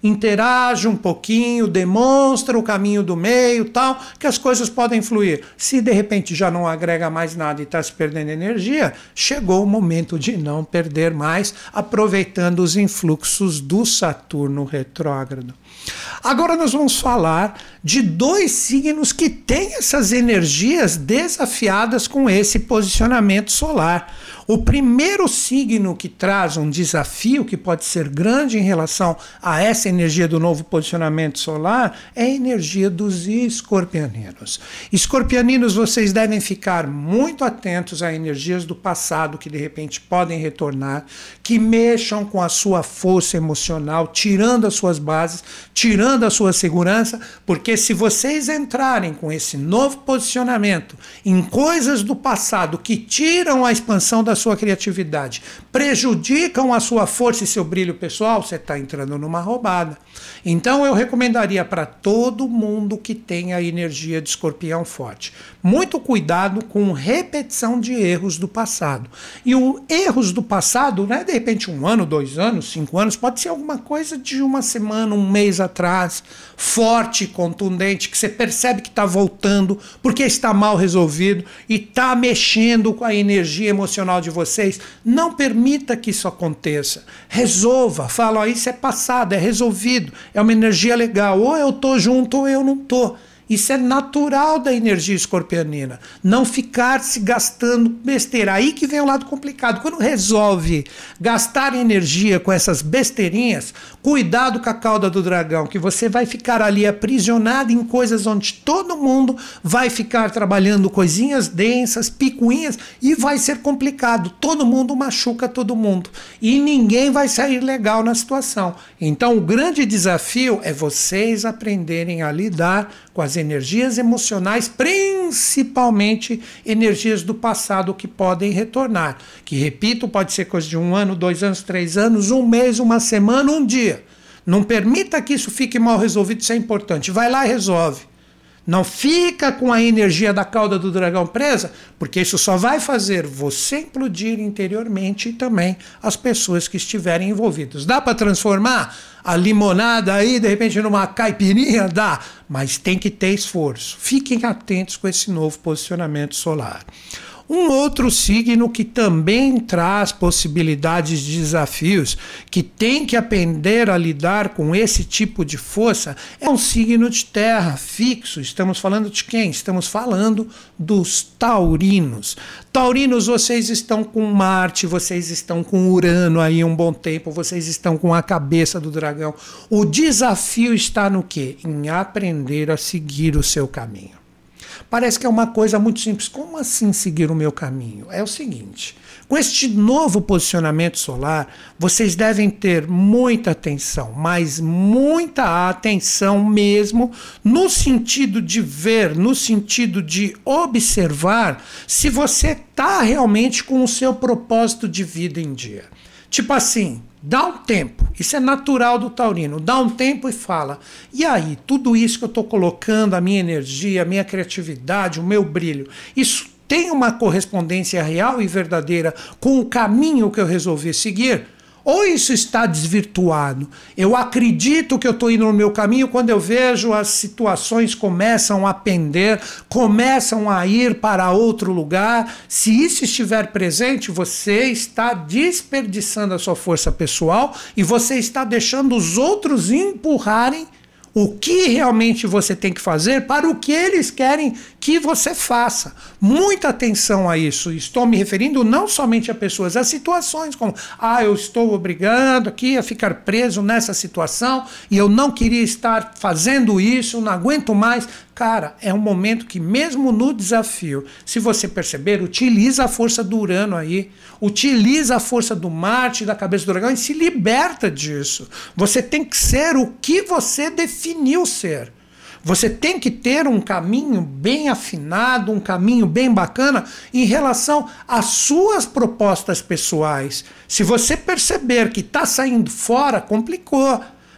interage um pouquinho, demonstra o caminho do meio, tal, que as coisas podem fluir. Se de repente já não agrega mais nada e está se perdendo energia, chegou o momento de não perder mais, aproveitando os influxos do Saturno retrógrado. Agora nós vamos falar de dois signos que têm essas energias desafiadas com esse posicionamento solar. O primeiro signo que traz um desafio que pode ser grande em relação a essa energia do novo posicionamento solar é a energia dos escorpianinos. Escorpianinos, vocês devem ficar muito atentos a energias do passado que de repente podem retornar, que mexam com a sua força emocional, tirando as suas bases, tirando a sua segurança, porque se vocês entrarem com esse novo posicionamento em coisas do passado que tiram a expansão da sua criatividade, prejudicam a sua força e seu brilho pessoal, você está entrando numa roubada. Então eu recomendaria para todo mundo que tenha energia de escorpião forte, muito cuidado com repetição de erros do passado. E os erros do passado não é de repente um ano, dois anos, cinco anos, pode ser alguma coisa de uma semana, um mês atrás, forte, contundente, que você percebe que está voltando porque está mal resolvido e está mexendo com a energia emocional de vocês. Não permita que isso aconteça. Resolva, fala, ó, isso é passado, é resolvido, é uma energia legal, ou eu estou junto ou eu não estou. Isso é natural da energia escorpionina. Não ficar se gastando besteira. Aí que vem o lado complicado. Quando resolve gastar energia com essas besteirinhas, cuidado com a cauda do dragão, que você vai ficar ali aprisionado em coisas onde todo mundo vai ficar trabalhando coisinhas densas, picuinhas, e vai ser complicado. Todo mundo machuca todo mundo. E ninguém vai sair legal na situação. Então o grande desafio é vocês aprenderem a lidar com as energias emocionais, principalmente energias do passado que podem retornar. Que, repito, pode ser coisa de um ano, dois anos, três anos, um mês, uma semana, um dia. Não permita que isso fique mal resolvido, isso é importante. Vai lá e resolve. Não fica com a energia da cauda do dragão presa, porque isso só vai fazer você implodir interiormente e também as pessoas que estiverem envolvidas. Dá para transformar a limonada aí, de repente, numa caipirinha? Dá, mas tem que ter esforço. Fiquem atentos com esse novo posicionamento solar. Um outro signo que também traz possibilidades de desafios, que tem que aprender a lidar com esse tipo de força, é um signo de terra fixo. Estamos falando de quem? Estamos falando dos taurinos. Taurinos, vocês estão com Marte, vocês estão com Urano aí um bom tempo, vocês estão com a cabeça do dragão. O desafio está no quê? Em aprender a seguir o seu caminho. Parece que é uma coisa muito simples. Como assim seguir o meu caminho? É o seguinte, com este novo posicionamento solar, vocês devem ter muita atenção, mas muita atenção mesmo, no sentido de ver, no sentido de observar se você está realmente com o seu propósito de vida em dia. Tipo assim, dá um tempo, isso é natural do taurino, dá um tempo e fala, e aí, tudo isso que eu estou colocando, a minha energia, a minha criatividade, o meu brilho, isso tem uma correspondência real e verdadeira com o caminho que eu resolvi seguir? Ou isso está desvirtuado? Eu acredito que eu estou indo no meu caminho quando eu vejo as situações começam a pender, começam a ir para outro lugar. Se isso estiver presente, você está desperdiçando a sua força pessoal e você está deixando os outros empurrarem o que realmente você tem que fazer para o que eles querem que você faça. Muita atenção a isso. Estou me referindo não somente a pessoas, a situações como, ah, eu estou obrigado aqui a ficar preso nessa situação e eu não queria estar fazendo isso, não aguento mais. Cara, é um momento que mesmo no desafio, se você perceber, utiliza a força do Urano aí, utiliza a força do Marte, da cabeça do dragão e se liberta disso. Você tem que ser o que você definiu ser. Você tem que ter um caminho bem afinado, um caminho bem bacana em relação às suas propostas pessoais. Se você perceber que está saindo fora, complicou.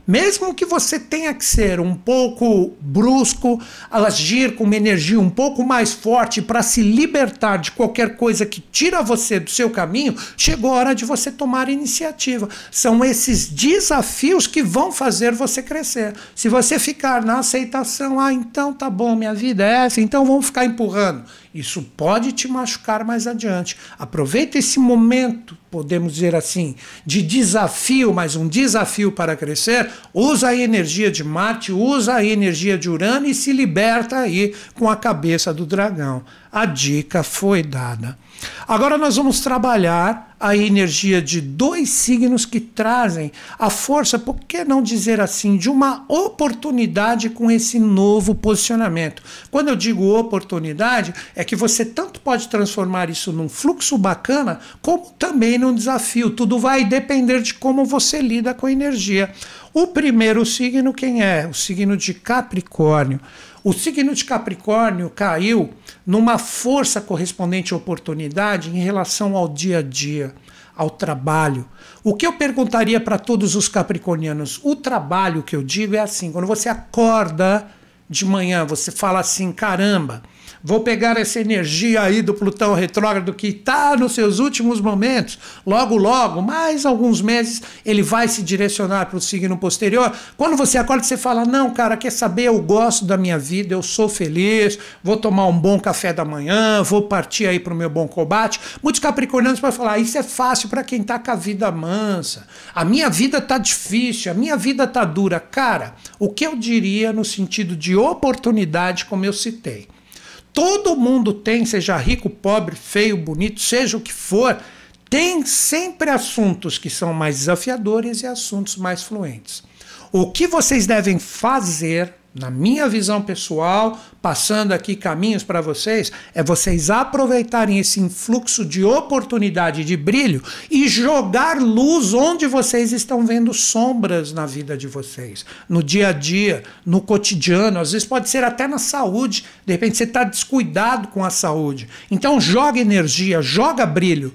Mesmo que você tenha que ser um pouco brusco, agir com uma energia um pouco mais forte para se libertar de qualquer coisa que tira você do seu caminho, chegou a hora de você tomar iniciativa. São esses desafios que vão fazer você crescer. Se você ficar na aceitação, ah, então tá bom, minha vida é essa, então vamos ficar empurrando. Isso pode te machucar mais adiante. Aproveita esse momento, podemos dizer assim, de desafio, mas um desafio para crescer. Usa a energia de Marte, usa a energia de Urano e se liberta aí com a cabeça do dragão. A dica foi dada. Agora nós vamos trabalhar a energia de dois signos que trazem a força, por que não dizer assim, de uma oportunidade com esse novo posicionamento. Quando eu digo oportunidade, é que você tanto pode transformar isso num fluxo bacana, como também num desafio. Tudo vai depender de como você lida com a energia. O primeiro signo, quem é? O signo de Capricórnio. O signo de Capricórnio caiu numa força correspondente à oportunidade em relação ao dia a dia, ao trabalho. O que eu perguntaria para todos os capricornianos? O trabalho que eu digo é assim, quando você acorda de manhã, você fala assim, caramba, vou pegar essa energia aí do Plutão retrógrado que está nos seus últimos momentos, logo, logo, mais alguns meses, ele vai se direcionar para o signo posterior. Quando você acorda, você fala, não, cara, quer saber, eu gosto da minha vida, eu sou feliz, vou tomar um bom café da manhã, vou partir aí para o meu bom combate. Muitos capricornianos podem falar, isso é fácil para quem está com a vida mansa, a minha vida está difícil, a minha vida está dura. Cara, o que eu diria no sentido de oportunidade, como eu citei, todo mundo tem, seja rico, pobre, feio, bonito, seja o que for, tem sempre assuntos que são mais desafiadores e assuntos mais fluentes. O que vocês devem fazer, na minha visão pessoal, passando aqui caminhos para vocês, é vocês aproveitarem esse influxo de oportunidade, de brilho e jogar luz onde vocês estão vendo sombras na vida de vocês, no dia a dia, no cotidiano, às vezes pode ser até na saúde, de repente você está descuidado com a saúde. Então joga energia, joga brilho,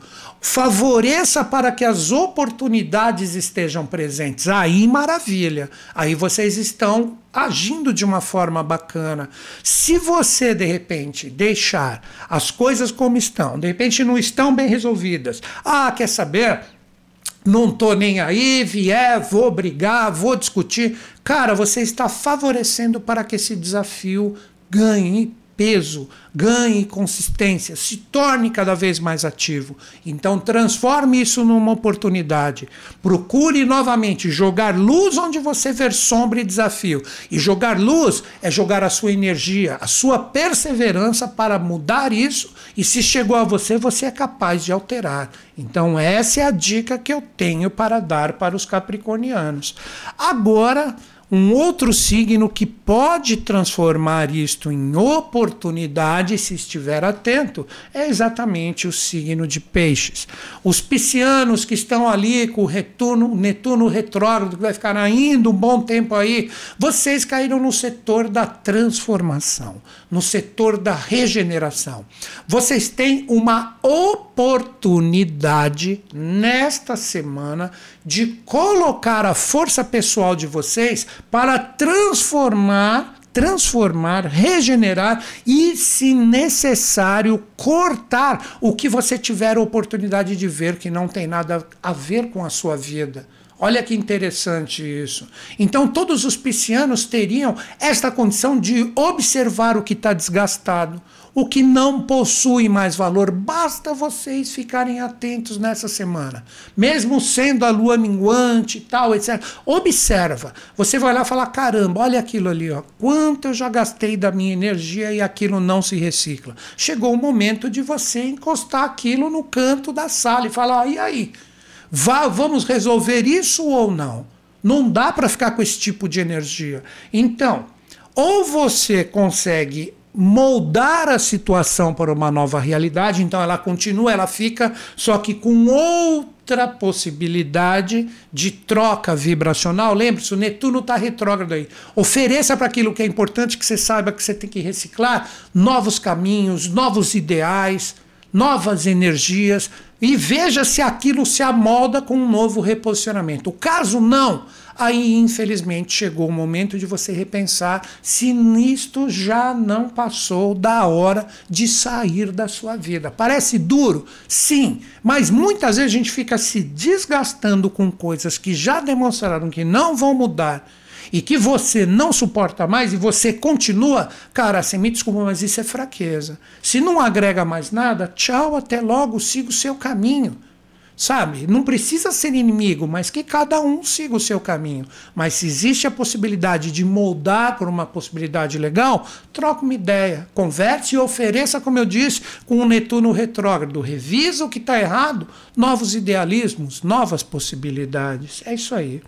favoreça para que as oportunidades estejam presentes. Aí maravilha, aí vocês estão agindo de uma forma bacana. Se você, de repente, deixar as coisas como estão, de repente não estão bem resolvidas, ah, quer saber? Não tô nem aí, vier, vou brigar, vou discutir. Cara, você está favorecendo para que esse desafio ganhe peso, ganhe consistência, se torne cada vez mais ativo. Então transforme isso numa oportunidade. Procure novamente jogar luz onde você ver sombra e desafio. E jogar luz é jogar a sua energia, a sua perseverança para mudar isso. E se chegou a você, você é capaz de alterar. Então essa é a dica que eu tenho para dar para os capricornianos. Agora, um outro signo que pode transformar isto em oportunidade, se estiver atento, é exatamente o signo de Peixes. Os piscianos que estão ali com o retorno, Netuno retrógrado, que vai ficar ainda um bom tempo aí, vocês caíram no setor da transformação, no setor da regeneração. Vocês têm uma oportunidade nesta semana de colocar a força pessoal de vocês para transformar, transformar, regenerar e, se necessário, cortar o que você tiver a oportunidade de ver que não tem nada a ver com a sua vida. Olha que interessante isso. Então todos os piscianos teriam esta condição de observar o que está desgastado, o que não possui mais valor. Basta vocês ficarem atentos nessa semana. Mesmo sendo a lua minguante e tal, etcétera. Observa. Você vai lá e fala, caramba, olha aquilo ali, ó. Quanto eu já gastei da minha energia e aquilo não se recicla. Chegou o momento de você encostar aquilo no canto da sala e falar, e aí? Vá, vamos resolver isso ou não? Não dá para ficar com esse tipo de energia. Então, ou você consegue moldar a situação para uma nova realidade, então ela continua, ela fica, só que com outra possibilidade de troca vibracional. Lembre-se, o Netuno está retrógrado aí. Ofereça para aquilo que é importante, que você saiba que você tem que reciclar, novos caminhos, novos ideais. novas energias, e veja se aquilo se amolda com um novo reposicionamento. O caso não, aí infelizmente chegou o momento de você repensar se nisto já não passou da hora de sair da sua vida. Parece duro? Sim, mas muitas vezes a gente fica se desgastando com coisas que já demonstraram que não vão mudar e que você não suporta mais e você continua. Cara, você me desculpa, mas isso é fraqueza. Se não agrega mais nada, tchau, até logo, siga o seu caminho. Sabe? Não precisa ser inimigo, mas que cada um siga o seu caminho. Mas se existe a possibilidade de moldar por uma possibilidade legal, troca uma ideia, converse e ofereça, como eu disse, com o Netuno retrógrado. Revisa o que está errado, novos idealismos, novas possibilidades. É isso aí.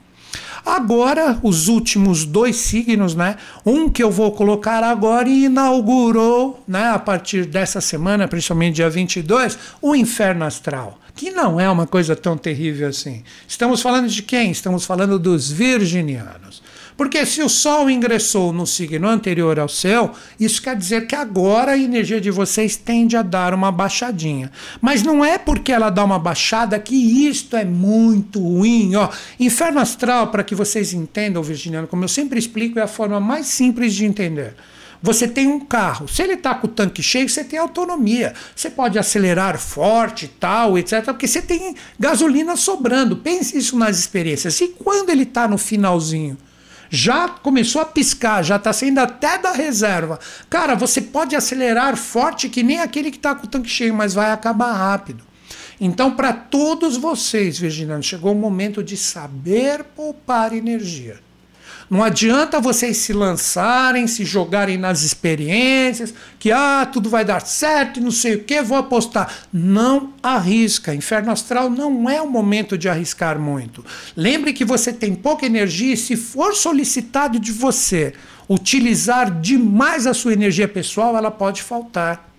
Agora, os últimos dois signos, né? Um que eu vou colocar agora e inaugurou, né, a partir dessa semana, principalmente dia vinte e dois, o inferno astral, que não é uma coisa tão terrível assim. Estamos falando de quem? Estamos falando dos virginianos. Porque se o Sol ingressou no signo anterior ao seu, isso quer dizer que agora a energia de vocês tende a dar uma baixadinha. Mas não é porque ela dá uma baixada que isto é muito ruim. Ó. Inferno astral, para que vocês entendam, virginiano, como eu sempre explico, é a forma mais simples de entender. Você tem um carro, se ele está com o tanque cheio, você tem autonomia. Você pode acelerar forte, tal, etcétera, porque você tem gasolina sobrando. Pense isso nas experiências. E quando ele está no finalzinho? Já começou a piscar, já está saindo até da reserva. Cara, você pode acelerar forte que nem aquele que está com o tanque cheio, mas vai acabar rápido. Então, para todos vocês, virginianos, chegou o momento de saber poupar energia. Não adianta vocês se lançarem, se jogarem nas experiências, que ah, tudo vai dar certo e não sei o que, vou apostar. Não arrisca. Inferno astral não é o momento de arriscar muito. Lembre que você tem pouca energia e se for solicitado de você utilizar demais a sua energia pessoal, ela pode faltar.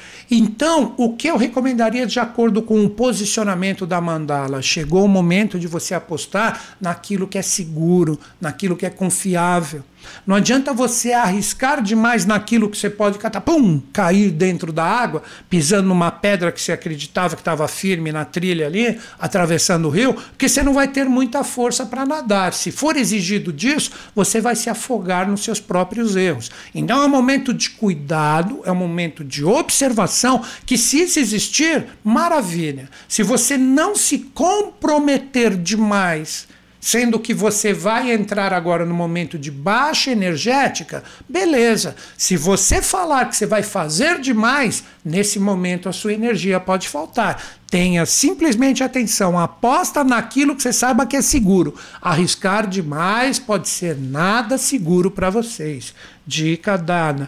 Então, o que eu recomendaria de acordo com o posicionamento da mandala? Chegou o momento de você apostar naquilo que é seguro, naquilo que é confiável. Não adianta você arriscar demais naquilo que você pode catapum, cair dentro da água, pisando numa pedra que você acreditava que estava firme na trilha ali, atravessando o rio, porque você não vai ter muita força para nadar. Se for exigido disso, você vai se afogar nos seus próprios erros. Então é um momento de cuidado, é um momento de observação, que se isso existir, maravilha. Se você não se comprometer demais, sendo que você vai entrar agora no momento de baixa energética, beleza. Se você falar que você vai fazer demais, nesse momento a sua energia pode faltar. Tenha simplesmente atenção, aposta naquilo que você saiba que é seguro. Arriscar demais pode ser nada seguro para vocês. Dica dada.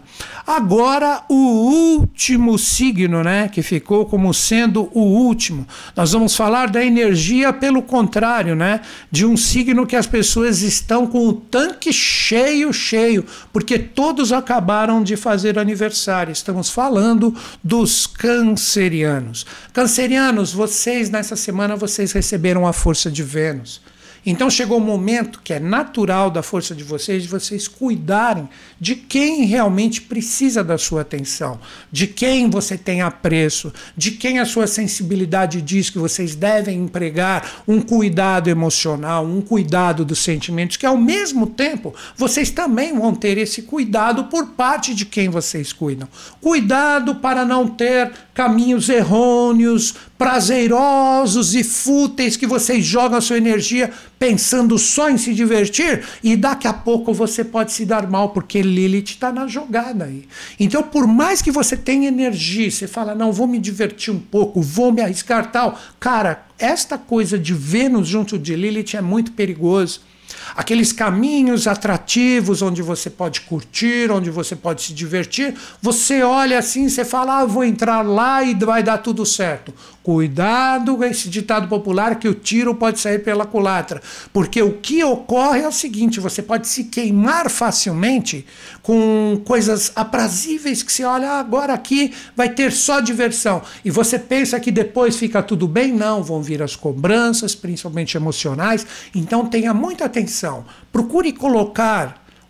Agora o último signo, né, que ficou como sendo o último. Nós vamos falar da energia pelo contrário, né, de um signo que as pessoas estão com o tanque cheio, cheio, porque todos acabaram de fazer aniversário. Estamos falando dos cancerianos. Cancerianos, vocês nessa semana vocês receberam a força de Vênus. Então chegou o momento que é natural da força de vocês, de vocês cuidarem de quem realmente precisa da sua atenção, de quem você tem apreço, de quem a sua sensibilidade diz que vocês devem empregar um cuidado emocional, um cuidado dos sentimentos, que ao mesmo tempo vocês também vão ter esse cuidado por parte de quem vocês cuidam. Cuidado para não ter caminhos errôneos, prazerosos e fúteis que vocês jogam a sua energia pensando só em se divertir e daqui a pouco você pode se dar mal porque Lilith está na jogada aí. Então, por mais que você tenha energia, você fala, não, vou me divertir um pouco, vou me arriscar tal. Cara, esta coisa de Vênus junto de Lilith é muito perigoso. Aqueles caminhos atrativos onde você pode curtir, onde você pode se divertir, você olha assim, você fala, ah, vou entrar lá e vai dar tudo certo. Cuidado com esse ditado popular que o tiro pode sair pela culatra, porque o que ocorre é o seguinte, você pode se queimar facilmente com coisas aprazíveis que você olha, ah, agora aqui vai ter só diversão, e você pensa que depois fica tudo bem, não, vão vir as cobranças, principalmente emocionais, então tenha muita atenção, procure colocar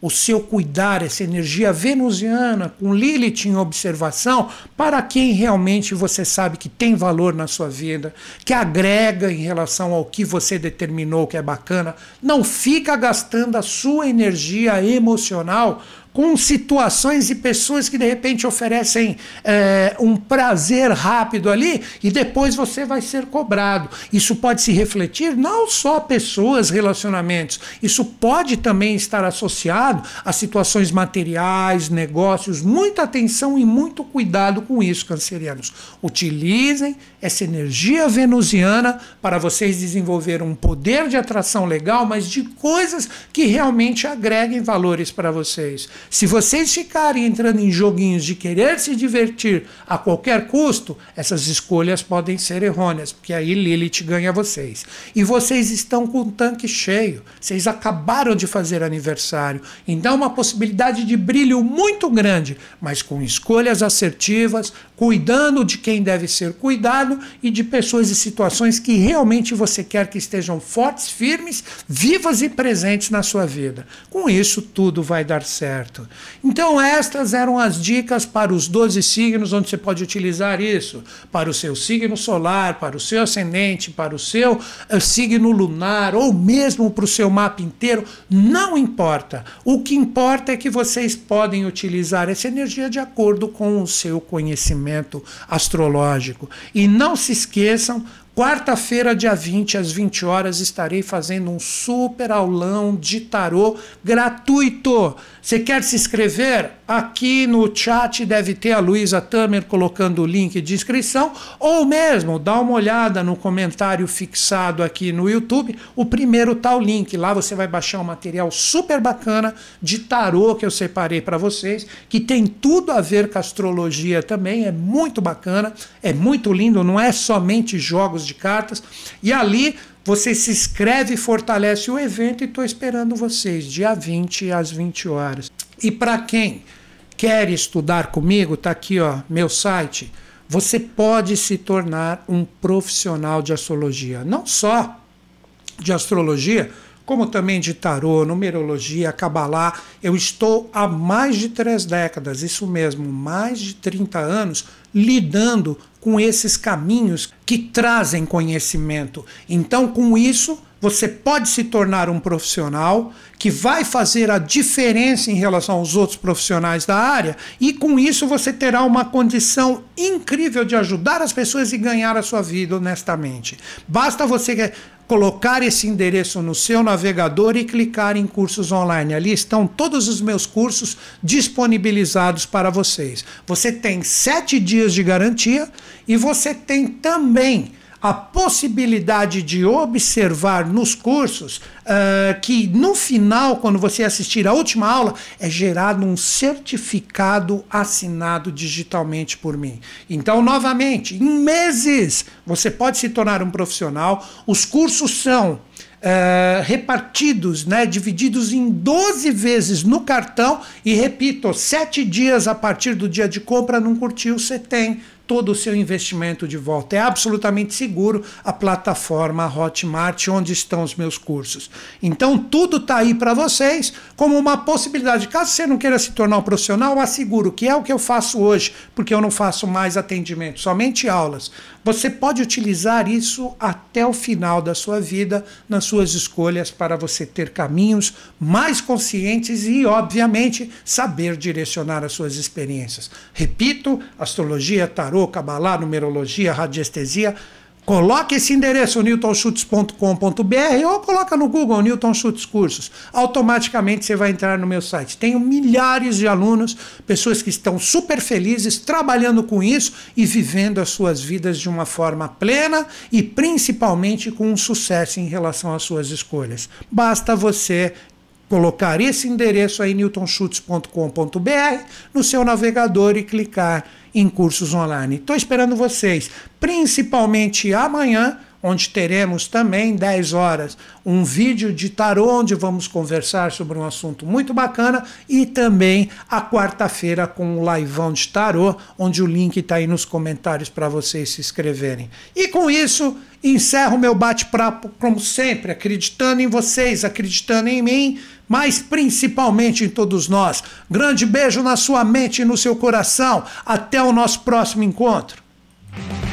o seu cuidar, essa energia venusiana, com Lilith em observação, para quem realmente você sabe que tem valor na sua vida, que agrega em relação ao que você determinou que é bacana. Não fica gastando a sua energia emocional com situações e pessoas que de repente oferecem é, um prazer rápido ali e depois você vai ser cobrado. Isso pode se refletir não só pessoas, relacionamentos, isso pode também estar associado a situações materiais, negócios. Muita atenção e muito cuidado com isso, cancerianos. Utilizem essa energia venusiana para vocês desenvolverem um poder de atração legal, mas de coisas que realmente agreguem valores para vocês. Se vocês ficarem entrando em joguinhos de querer se divertir a qualquer custo, essas escolhas podem ser errôneas, porque aí Lilith ganha vocês. E vocês estão com o tanque cheio, vocês acabaram de fazer aniversário, então uma possibilidade de brilho muito grande, mas com escolhas assertivas, cuidando de quem deve ser cuidado e de pessoas e situações que realmente você quer que estejam fortes, firmes, vivas e presentes na sua vida. Com isso, tudo vai dar certo. Então, estas eram as dicas para os doze signos, onde você pode utilizar isso para o seu signo solar, para o seu ascendente, para o seu uh, signo lunar, ou mesmo para o seu mapa inteiro. Não importa. O que importa é que vocês podem utilizar essa energia de acordo com o seu conhecimento astrológico. E não se esqueçam, quarta-feira, dia vinte, às vinte horas, estarei fazendo um super aulão de tarô gratuito. Você quer se inscrever? Aqui no chat deve ter a Luísa Tamer colocando o link de inscrição, ou mesmo dá uma olhada no comentário fixado aqui no YouTube, o primeiro tá o link. Lá você vai baixar um material super bacana de tarô que eu separei para vocês, que tem tudo a ver com astrologia também, é muito bacana, é muito lindo, não é somente jogos de cartas. E ali você se inscreve e fortalece o evento, e estou esperando vocês, dia vinte às vinte horas. E para quem quer estudar comigo, tá aqui ó, meu site, você pode se tornar um profissional de astrologia. Não só de astrologia, como também de tarô, numerologia, cabalá. Eu estou há mais de três décadas, isso mesmo, mais de trinta anos, lidando com esses caminhos que trazem conhecimento. Então, com isso, você pode se tornar um profissional que vai fazer a diferença em relação aos outros profissionais da área, e com isso você terá uma condição incrível de ajudar as pessoas e ganhar a sua vida honestamente. Basta você colocar esse endereço no seu navegador e clicar em cursos online. Ali estão todos os meus cursos disponibilizados para vocês. Você tem sete dias de garantia e você tem também a possibilidade de observar nos cursos uh, que no final, quando você assistir a última aula, é gerado um certificado assinado digitalmente por mim. Então, novamente, em meses, você pode se tornar um profissional. Os cursos são Uh, repartidos, né, divididos em doze vezes no cartão, e repito, sete dias a partir do dia de compra. Não curtiu, você tem todo o seu investimento de volta. É absolutamente seguro a plataforma Hotmart, onde estão os meus cursos. Então tudo está aí para vocês como uma possibilidade. Caso você não queira se tornar um profissional, eu asseguro que é o que eu faço hoje, porque eu não faço mais atendimento, somente aulas. Você pode utilizar isso até o final da sua vida, nas suas escolhas, para você ter caminhos mais conscientes e, obviamente, saber direcionar as suas experiências. Repito, astrologia, tarô, cabalá, numerologia, radiestesia. Coloque esse endereço, newton schutz ponto com ponto br, ou coloca no Google Newton Schutz Cursos. Automaticamente você vai entrar no meu site. Tenho milhares de alunos, pessoas que estão super felizes trabalhando com isso e vivendo as suas vidas de uma forma plena e principalmente com um sucesso em relação às suas escolhas. Basta você colocar esse endereço aí, newton schutz ponto com ponto br, no seu navegador e clicar em cursos online. Estou esperando vocês, principalmente amanhã, onde teremos também dez horas um vídeo de tarô, onde vamos conversar sobre um assunto muito bacana, e também a quarta-feira com o liveão de tarô, onde o link está aí nos comentários para vocês se inscreverem. E com isso, encerro meu bate-papo, como sempre, acreditando em vocês, acreditando em mim, mas principalmente em todos nós. Grande beijo na sua mente e no seu coração. Até o nosso próximo encontro.